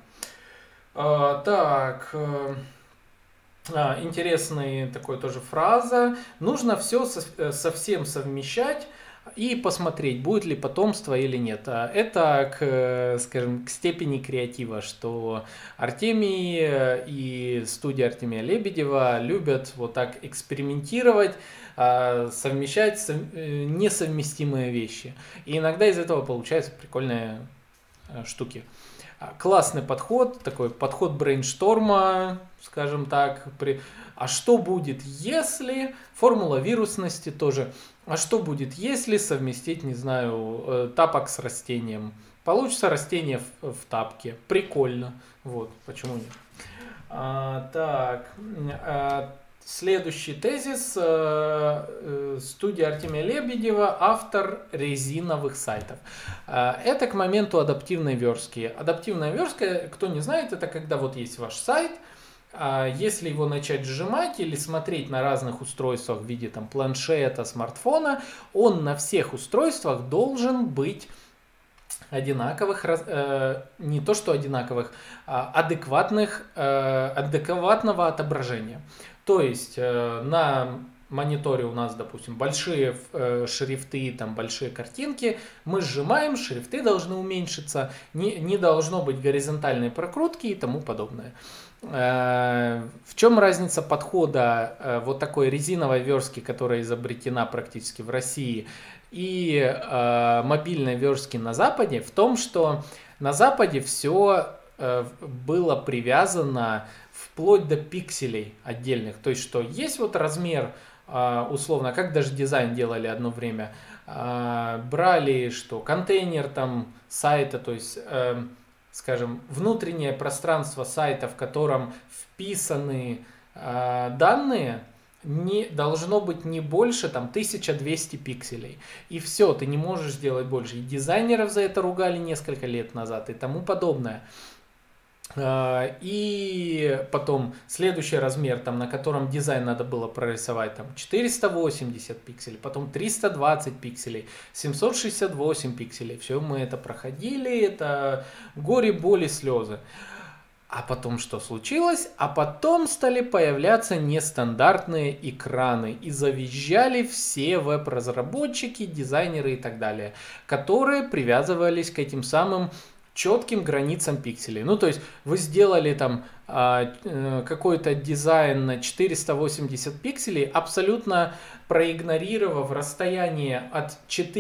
Интересная такая тоже фраза. Нужно все совсем совмещать и посмотреть, будет ли потомство или нет. Это, скажем, к степени креатива, что Артемий и студия Артемия Лебедева любят вот так экспериментировать, совмещать несовместимые вещи. И иногда из этого получаются прикольные штуки. Классный подход, такой подход брейншторма, скажем так. А что будет, если... Формула вирусности тоже. А что будет, если совместить, не знаю, тапок с растением? Получится растение в тапке. Прикольно. Вот, почему нет? Следующий тезис. Студия Артемия Лебедева, автор резиновых сайтов. Это к моменту адаптивной верстки. Адаптивная верстка, кто не знает, это когда вот есть ваш сайт, если его начать сжимать или смотреть на разных устройствах в виде там, планшета, смартфона, он на всех устройствах должен быть одинаковых, не то что одинаковых, адекватного отображения. То есть на мониторе у нас, допустим, большие шрифты, там большие картинки, мы сжимаем, шрифты должны уменьшиться, не должно быть горизонтальной прокрутки и тому подобное. В чем разница подхода вот такой резиновой верстки, которая изобретена практически в России, и мобильной верстки на Западе? В том, что на Западе все было привязано вплоть до пикселей отдельных. То есть, что есть вот размер, условно, как даже дизайн делали одно время, брали, что контейнер там сайта, то есть скажем, внутреннее пространство сайта, в котором вписаны данные, не должно быть не больше 1200 пикселей. И все, ты не можешь сделать больше. И дизайнеров за это ругали несколько лет назад и тому подобное. И потом следующий размер, на котором дизайн надо было прорисовать, 480 пикселей, потом 320 пикселей, 768 пикселей. Все мы это проходили, это горе, боли, слезы. А потом что случилось? А потом стали появляться нестандартные экраны. И завизжали все веб-разработчики, дизайнеры и так далее, которые привязывались к этим самым четким границам пикселей. То есть вы сделали какой-то дизайн на 480 пикселей, абсолютно проигнорировав расстояние от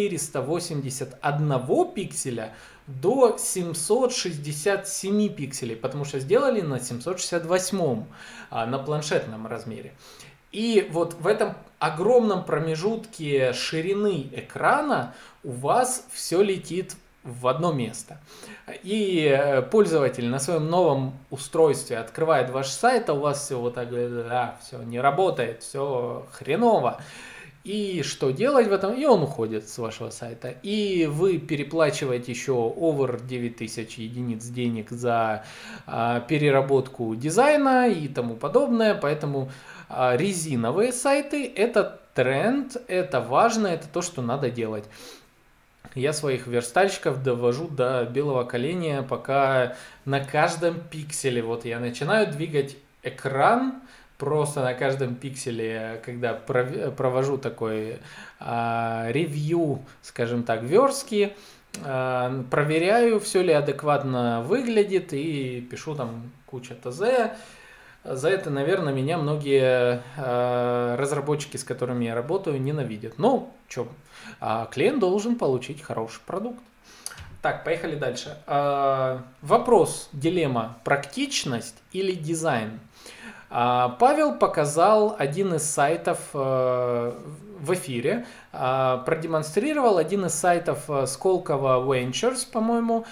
481 пикселя до 767 пикселей, потому что сделали на 768 на планшетном размере. И вот в этом огромном промежутке ширины экрана у вас все летит в одно место. И пользователь на своем новом устройстве открывает ваш сайт, а у вас все вот так, все не работает, все хреново. И что делать в этом? И он уходит с вашего сайта. И вы переплачиваете еще over 9000 единиц денег за переработку дизайна и тому подобное. Поэтому резиновые сайты – это тренд, это важно, это то, что надо делать. Я своих верстальщиков довожу до белого коленя, пока на каждом пикселе, вот я начинаю двигать экран, просто на каждом пикселе, когда провожу такой ревью, скажем так, верстки, проверяю, все ли адекватно выглядит и пишу кучу ТЗ. За это, наверное, меня многие разработчики, с которыми я работаю, ненавидят. Клиент должен получить хороший продукт. Так, поехали дальше. Вопрос, дилемма: практичность или дизайн? Павел показал один из сайтов в эфире, продемонстрировал один из сайтов Сколково Ventures, по-моему,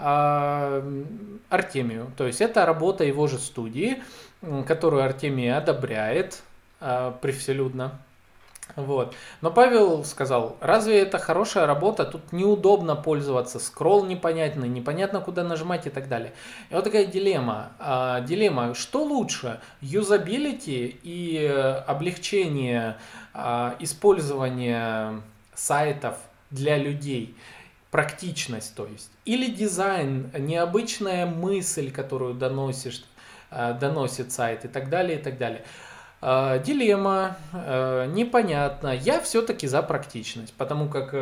Артемию. То есть это работа его же студии, которую Артемия одобряет превселюдно. Вот. Но Павел сказал: разве это хорошая работа? Тут неудобно пользоваться, скролл непонятный, непонятно куда нажимать и так далее. И вот такая дилемма. Что лучше? Юзабилити и облегчение использования сайтов для людей? Практичность, то есть. Или дизайн, необычная мысль, которую доносит сайт и так далее, и так далее. Дилемма, непонятно. Я все-таки за практичность, потому как,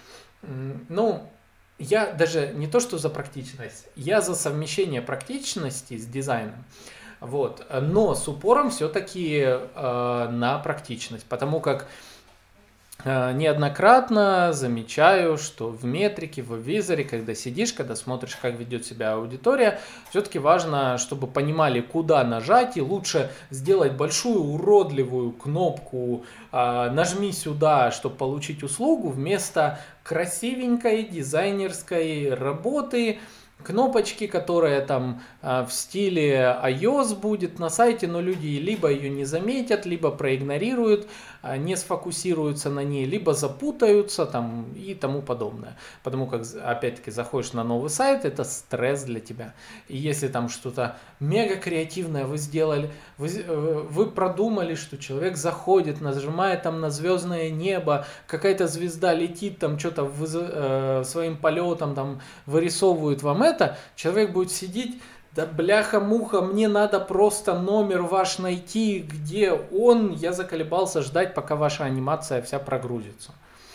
я даже не то, что за практичность, я за совмещение практичности с дизайном. Вот. Но с упором все-таки на практичность, потому как неоднократно замечаю, что в метрике, в визоре, когда сидишь, когда смотришь, как ведет себя аудитория, все-таки важно, чтобы понимали, куда нажать, и лучше сделать большую уродливую кнопку «нажми сюда, чтобы получить услугу», вместо красивенькой дизайнерской работы, кнопочки, которая в стиле iOS будет на сайте, но люди либо ее не заметят, либо проигнорируют, не сфокусируются на ней, либо запутаются и тому подобное. Потому как, опять-таки, заходишь на новый сайт, это стресс для тебя. И если что-то мега креативное вы сделали, вы продумали, что человек заходит, нажимает на звездное небо, какая-то звезда летит, что-то своим полетом вырисовывает вам это, человек будет сидеть: да бляха-муха, мне надо просто номер ваш найти, где он, я заколебался ждать, пока ваша анимация вся прогрузится.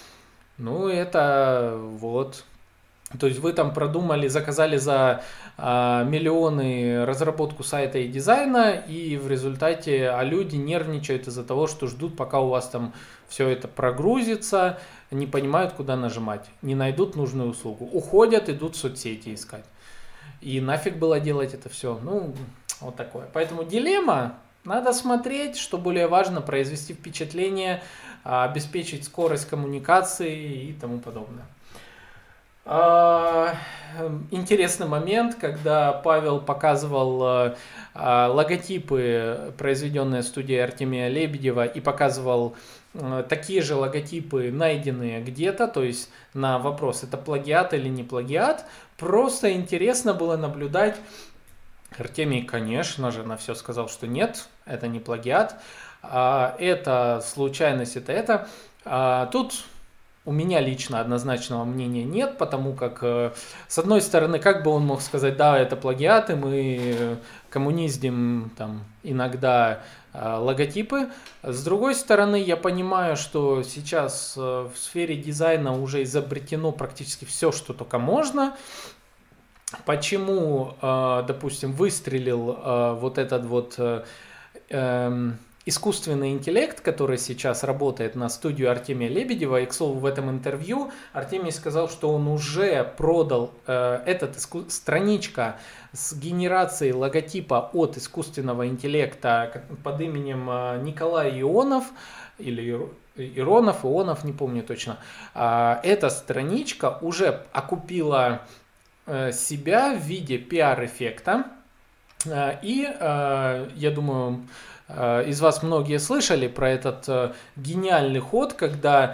Это вот. То есть вы продумали, заказали за миллионы разработку сайта и дизайна, и в результате люди нервничают из-за того, что ждут, пока у вас все это прогрузится, не понимают, куда нажимать, не найдут нужную услугу, уходят, идут в соцсети искать. И нафиг было делать это все. Вот такое. Поэтому дилемма. Надо смотреть, что более важно: произвести впечатление, обеспечить скорость коммуникации и тому подобное. Интересный момент, когда Павел показывал логотипы, произведенные студией Артемия Лебедева, и показывал такие же логотипы, найденные где-то, то есть на вопрос, это плагиат или не плагиат, просто интересно было наблюдать. Артемий, конечно же, на все сказал, что нет, это не плагиат, это случайность, это. Тут у меня лично однозначного мнения нет, потому как, с одной стороны, как бы он мог сказать, да, это плагиат, и мы коммуниздим там иногда логотипы. С другой стороны, я понимаю, что сейчас в сфере дизайна уже изобретено практически все, что только можно. Почему, допустим, выстрелил вот этот вот искусственный интеллект, который сейчас работает на студию Артемия Лебедева, и, к слову, в этом интервью Артемий сказал, что он уже продал страничка с генерацией логотипа от искусственного интеллекта под именем Николай Ионов, или Ионов, не помню точно. Эта страничка уже окупила себя в виде пиар-эффекта, и я думаю, из вас многие слышали про этот гениальный ход, когда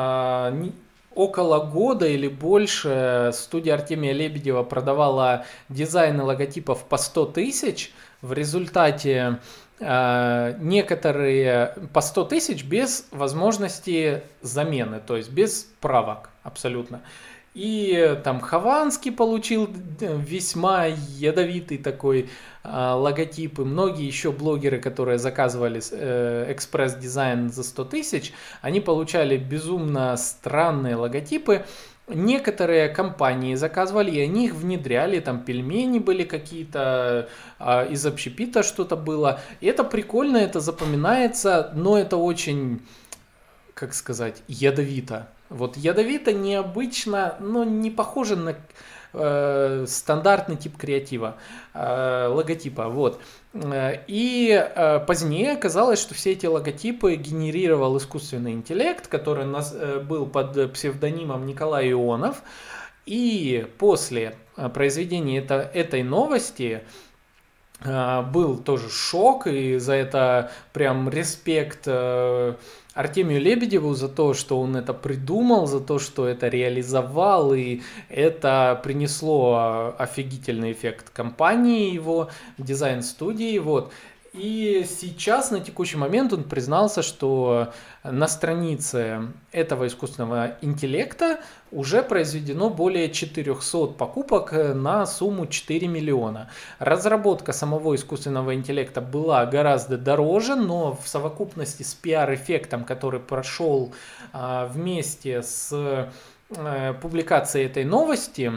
около года или больше студия Артемия Лебедева продавала дизайны логотипов по 100 тысяч. В результате некоторые по 100 тысяч без возможности замены, то есть без правок абсолютно. И там Хованский получил весьма ядовитый такой логотип. И многие еще блогеры, которые заказывали экспресс-дизайн за 100 тысяч, они получали безумно странные логотипы. Некоторые компании заказывали, и они их внедряли, там пельмени были какие-то, из общепита что-то было. И это прикольно, это запоминается, но это очень, как сказать, ядовито. Вот ядовито необычно, но не похоже на стандартный тип креатива, логотипа. Вот. И позднее оказалось, что все эти логотипы генерировал искусственный интеллект, который был под псевдонимом Николай Ионов. И после произведения этой новости был тоже шок, и за это прям респект Артемию Лебедеву за то, что он это придумал, за то, что это реализовал, и это принесло офигительный эффект компании его, дизайн-студии, вот. И сейчас, на текущий момент, он признался, что на странице этого искусственного интеллекта уже произведено более 400 покупок на сумму 4 миллиона. Разработка самого искусственного интеллекта была гораздо дороже, но в совокупности с пиар-эффектом, который прошел вместе с публикацией этой новости,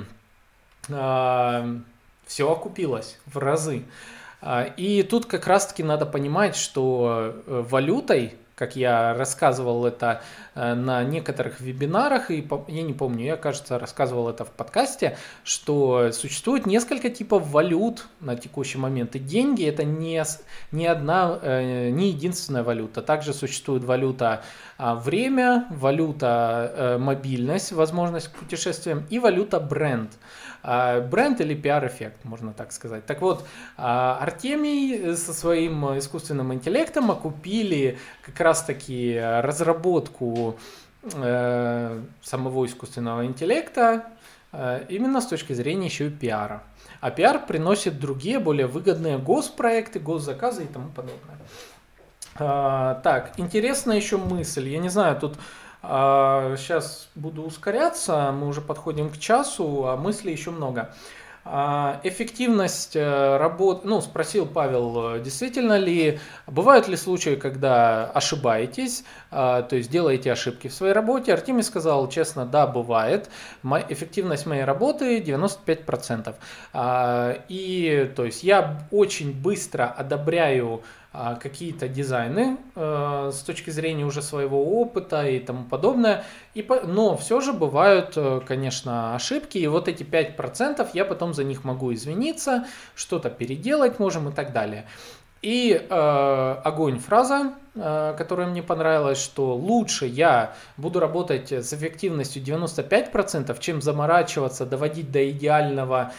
все окупилось в разы. И тут как раз-таки надо понимать, что валютой, как я рассказывал это на некоторых вебинарах, и я не помню, я, кажется, рассказывал это в подкасте, что существует несколько типов валют на текущий момент. И деньги это не единственная валюта. Также существует валюта время, валюта мобильность, возможность к путешествиям и валюта бренд. Бренд или пиар-эффект, можно так сказать. Так вот, Артемий со своим искусственным интеллектом окупили как раз-таки разработку самого искусственного интеллекта именно с точки зрения еще и пиара. А пиар приносит другие, более выгодные госпроекты, госзаказы и тому подобное. Так, интересная еще мысль. Я не знаю, тут сейчас буду ускоряться, мы уже подходим к часу, а мыслей еще много. Эффективность работы, спросил Павел, действительно ли, бывают ли случаи, когда ошибаетесь, то есть делаете ошибки в своей работе. Артемий сказал честно, да, бывает. Эффективность моей работы 95%. И то есть я очень быстро одобряю какие-то дизайны с точки зрения уже своего опыта и тому подобное. Но все же бывают, конечно, ошибки. И вот эти 5% я потом за них могу извиниться, что-то переделать можем и так далее. И огонь фраза, которая мне понравилась, что лучше я буду работать с эффективностью 95%, чем заморачиваться, доводить до идеального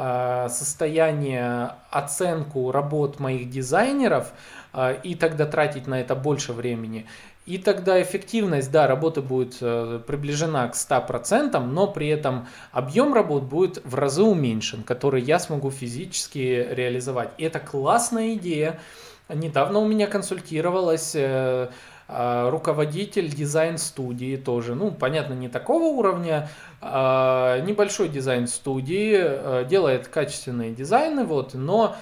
состояния оценку работ моих дизайнеров и тогда тратить на это больше времени. И тогда эффективность, да, работы будет приближена к 100%, но при этом объем работ будет в разы уменьшен, который я смогу физически реализовать. И это классная идея. Недавно у меня консультировалась руководитель дизайн-студии тоже. Ну, понятно, не такого уровня, небольшой дизайн-студии, делает качественные дизайны, вот, но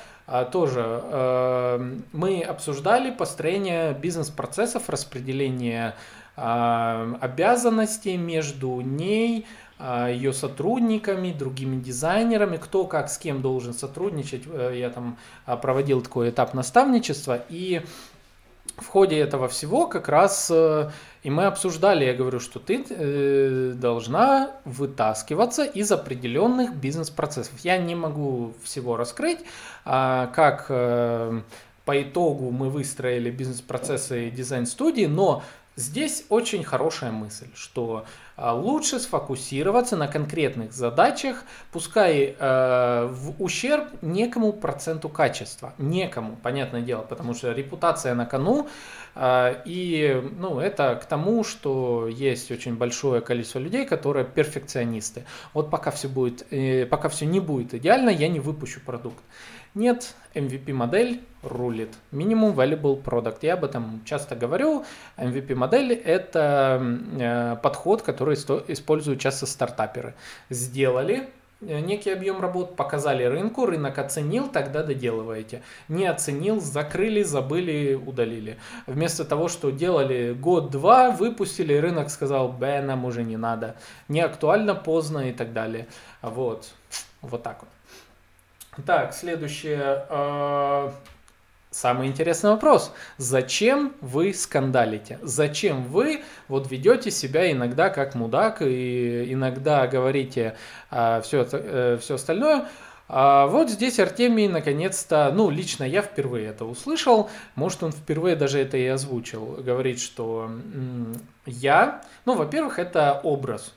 тоже мы обсуждали построение бизнес-процессов, распределение обязанностей между ней, ее сотрудниками, другими дизайнерами, кто как с кем должен сотрудничать. Я там проводил такой этап наставничества, и в ходе этого всего как раз и мы обсуждали, я говорю, что ты должна вытаскиваться из определенных бизнес-процессов. Я не могу всего раскрыть, как по итогу мы выстроили бизнес-процессы дизайн-студии, но здесь очень хорошая мысль, что лучше сфокусироваться на конкретных задачах, пускай в ущерб некому проценту качества. Некому, понятное дело, потому что репутация на кону. И это к тому, что есть очень большое количество людей, которые перфекционисты. Вот пока все не будет идеально, я не выпущу продукт. Нет, MVP-модель рулит. Minimum Valuable Product. Я об этом часто говорю. MVP-модель – это подход, который используют часто стартаперы. Сделали некий объем работ, показали рынку, рынок оценил, тогда доделываете. Не оценил, закрыли, забыли, удалили. Вместо того, что делали год-два, выпустили, рынок сказал, нам уже не надо. Не актуально, поздно и так далее. Вот так вот. Так, следующее. Самый интересный вопрос. Зачем вы скандалите? Зачем вы ведете себя иногда как мудак и иногда говорите все остальное? Вот здесь Артемий наконец-то, лично я впервые это услышал, может он впервые даже это и озвучил, говорит, что во-первых, это образ.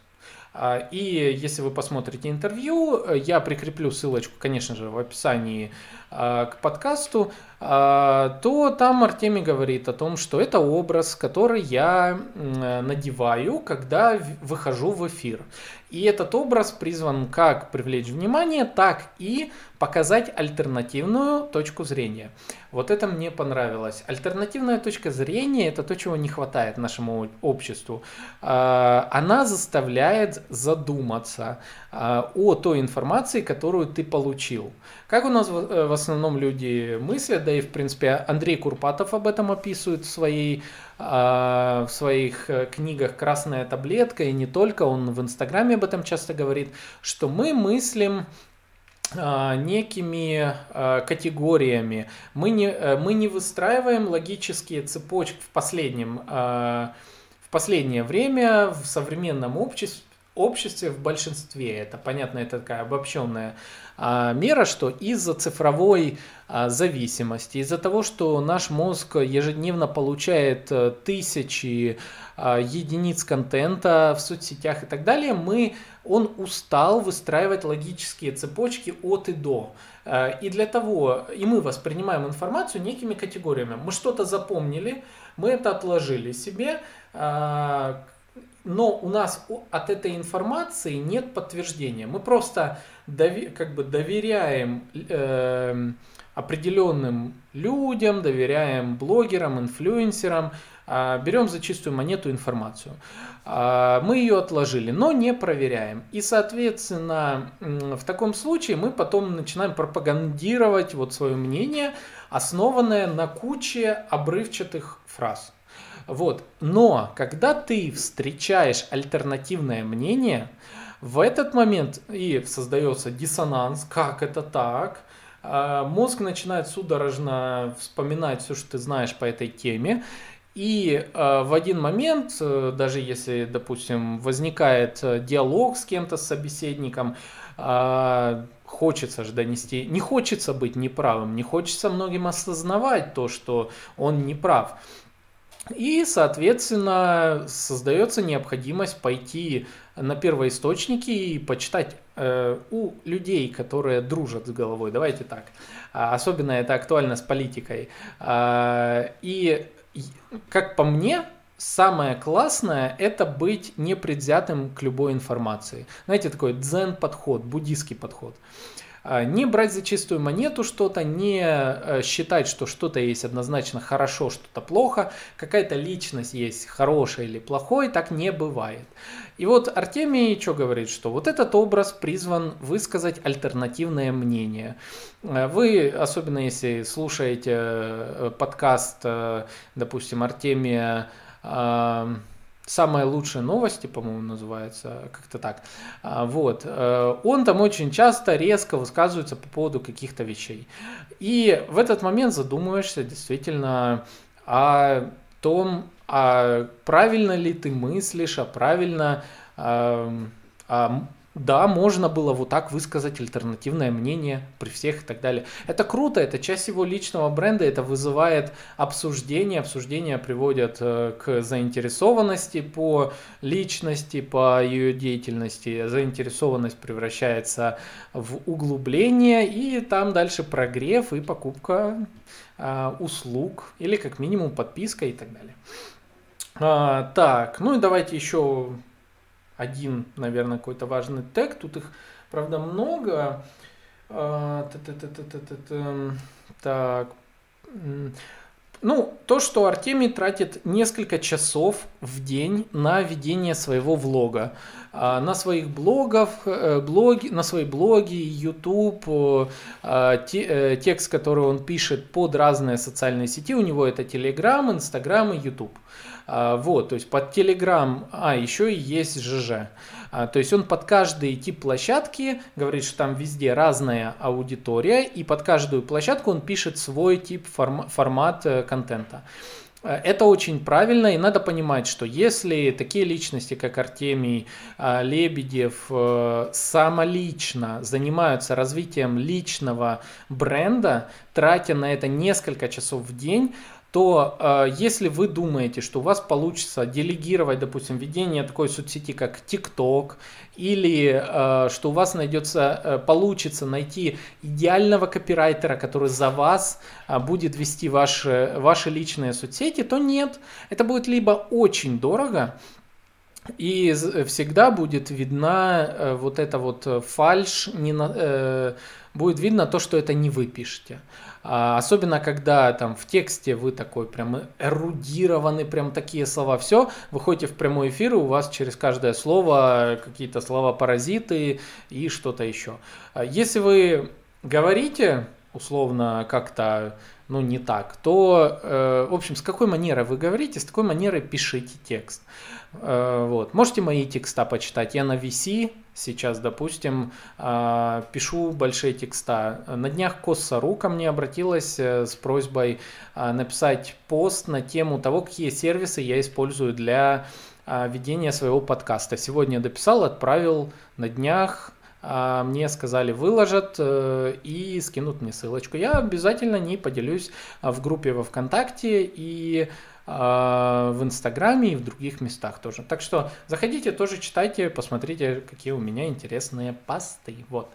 И если вы посмотрите интервью, я прикреплю ссылочку, конечно же, в описании к подкасту, то там Артемий говорит о том, что это образ, который я надеваю, когда выхожу в эфир. И этот образ призван как привлечь внимание, так и показать альтернативную точку зрения. Вот это мне понравилось. Альтернативная точка зрения – это то, чего не хватает нашему обществу. Она заставляет задуматься о той информации, которую ты получил. Как у нас в основном люди мыслят, да и в принципе Андрей Курпатов об этом описывает в своих книгах «Красная таблетка», и не только, он в Инстаграме об этом часто говорит, что мы мыслим некими категориями. Мы не выстраиваем логические цепочки в последнее время в современном обществе в большинстве. Это понятно, это такая обобщенная мера, что из-за цифровой зависимости, из-за того, что наш мозг ежедневно получает тысячи единиц контента в соцсетях и так далее, он устал выстраивать логические цепочки от и до. И мы воспринимаем информацию некими категориями. Мы что-то запомнили, мы это отложили себе, но у нас от этой информации нет подтверждения. Мы просто доверяем определенным людям, доверяем блогерам, инфлюенсерам, берем за чистую монету информацию. Мы ее отложили, но не проверяем. И, соответственно, в таком случае мы потом начинаем пропагандировать свое мнение, основанное на куче обрывчатых фраз. Но когда ты встречаешь альтернативное мнение, в этот момент и создается диссонанс, как это так? Мозг начинает судорожно вспоминать все, что ты знаешь по этой теме. И в один момент, даже если, допустим, возникает диалог с кем-то, с собеседником, хочется же донести, не хочется быть неправым, не хочется многим осознавать то, что он неправ. И, соответственно, создается необходимость пойти на первоисточники и почитать у людей, которые дружат с головой, давайте так. Особенно это актуально с политикой. И, как по мне, самое классное – это быть непредвзятым к любой информации. Знаете, такой дзен-подход, буддийский подход. Не брать за чистую монету что-то, не считать, что что-то есть однозначно хорошо, что-то плохо, какая-то личность есть хорошая или плохой, так не бывает. И вот Артемий что говорит, что вот этот образ призван высказать альтернативное мнение. Вы, особенно если слушаете подкаст, допустим, Артемия «Самые лучшие новости», по-моему, называется, как-то так. Вот. Он там очень часто резко высказывается по поводу каких-то вещей. И в этот момент задумываешься действительно о том, правильно ли ты мыслишь, правильно... Да, можно было вот так высказать альтернативное мнение при всех и так далее. Это круто, это часть его личного бренда, это вызывает обсуждение. Обсуждения приводят к заинтересованности по личности, по ее деятельности. Заинтересованность превращается в углубление, и там дальше прогрев и покупка услуг, или как минимум подписка и так далее. Так, ну и давайте еще... один, наверное, какой-то важный тег. Тут их, правда, много. Так. Ну, то, что Артемий тратит несколько часов в день на ведение своего влога. На своих блогах, на свои блоги, YouTube, текст, который он пишет под разные социальные сети. У него это Telegram, Instagram и YouTube. Вот, то есть под Telegram, еще и есть ЖЖ. То есть он под каждый тип площадки говорит, что там везде разная аудитория, и под каждую площадку он пишет свой тип, формат контента. Это очень правильно, и надо понимать, что если такие личности, как Артемий Лебедев, самолично занимаются развитием личного бренда, тратя на это несколько часов в день, то если вы думаете, что у вас получится делегировать, допустим, ведение такой соцсети, как TikTok, или что у вас получится найти идеального копирайтера, который за вас будет вести ваши личные соцсети, то нет. Это будет либо очень дорого, и всегда будет видна вот эта вот фальшь, будет видно то, что это не вы пишете. Особенно, когда там в тексте вы такой прям эрудированный, прям такие слова. Все, выходите в прямой эфир, и у вас через каждое слово какие-то слова-паразиты и что-то еще. Если вы говорите условно как-то, не так, то, в общем, с какой манерой вы говорите, с такой манерой пишите текст. Вот. Можете мои текста почитать. Я на VC сейчас, допустим, пишу большие текста. На днях Коссару ко мне обратилась с просьбой написать пост на тему того, какие сервисы я использую для ведения своего подкаста. Сегодня дописал, отправил на днях. Мне сказали, выложат и скинут мне ссылочку. Я обязательно не поделюсь в группе во ВКонтакте и в Инстаграме и в других местах тоже. Так что заходите, тоже читайте, посмотрите, какие у меня интересные посты. Вот.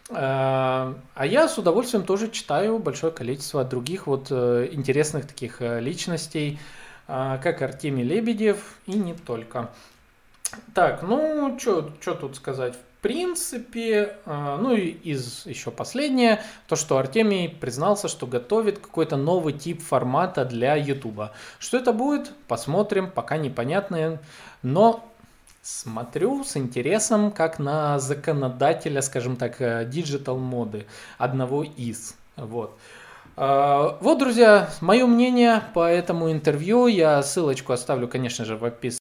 А я с удовольствием тоже читаю большое количество других вот интересных таких личностей, как Артемий Лебедев и не только. Так, что тут сказать? В принципе, и еще последнее, то, что Артемий признался, что готовит какой-то новый тип формата для Ютуба. Что это будет, посмотрим, пока непонятно, но смотрю с интересом, как на законодателя, скажем так, диджитал-моды, одного из. Вот. Вот, друзья, мое мнение по этому интервью, я ссылочку оставлю, конечно же, в описании.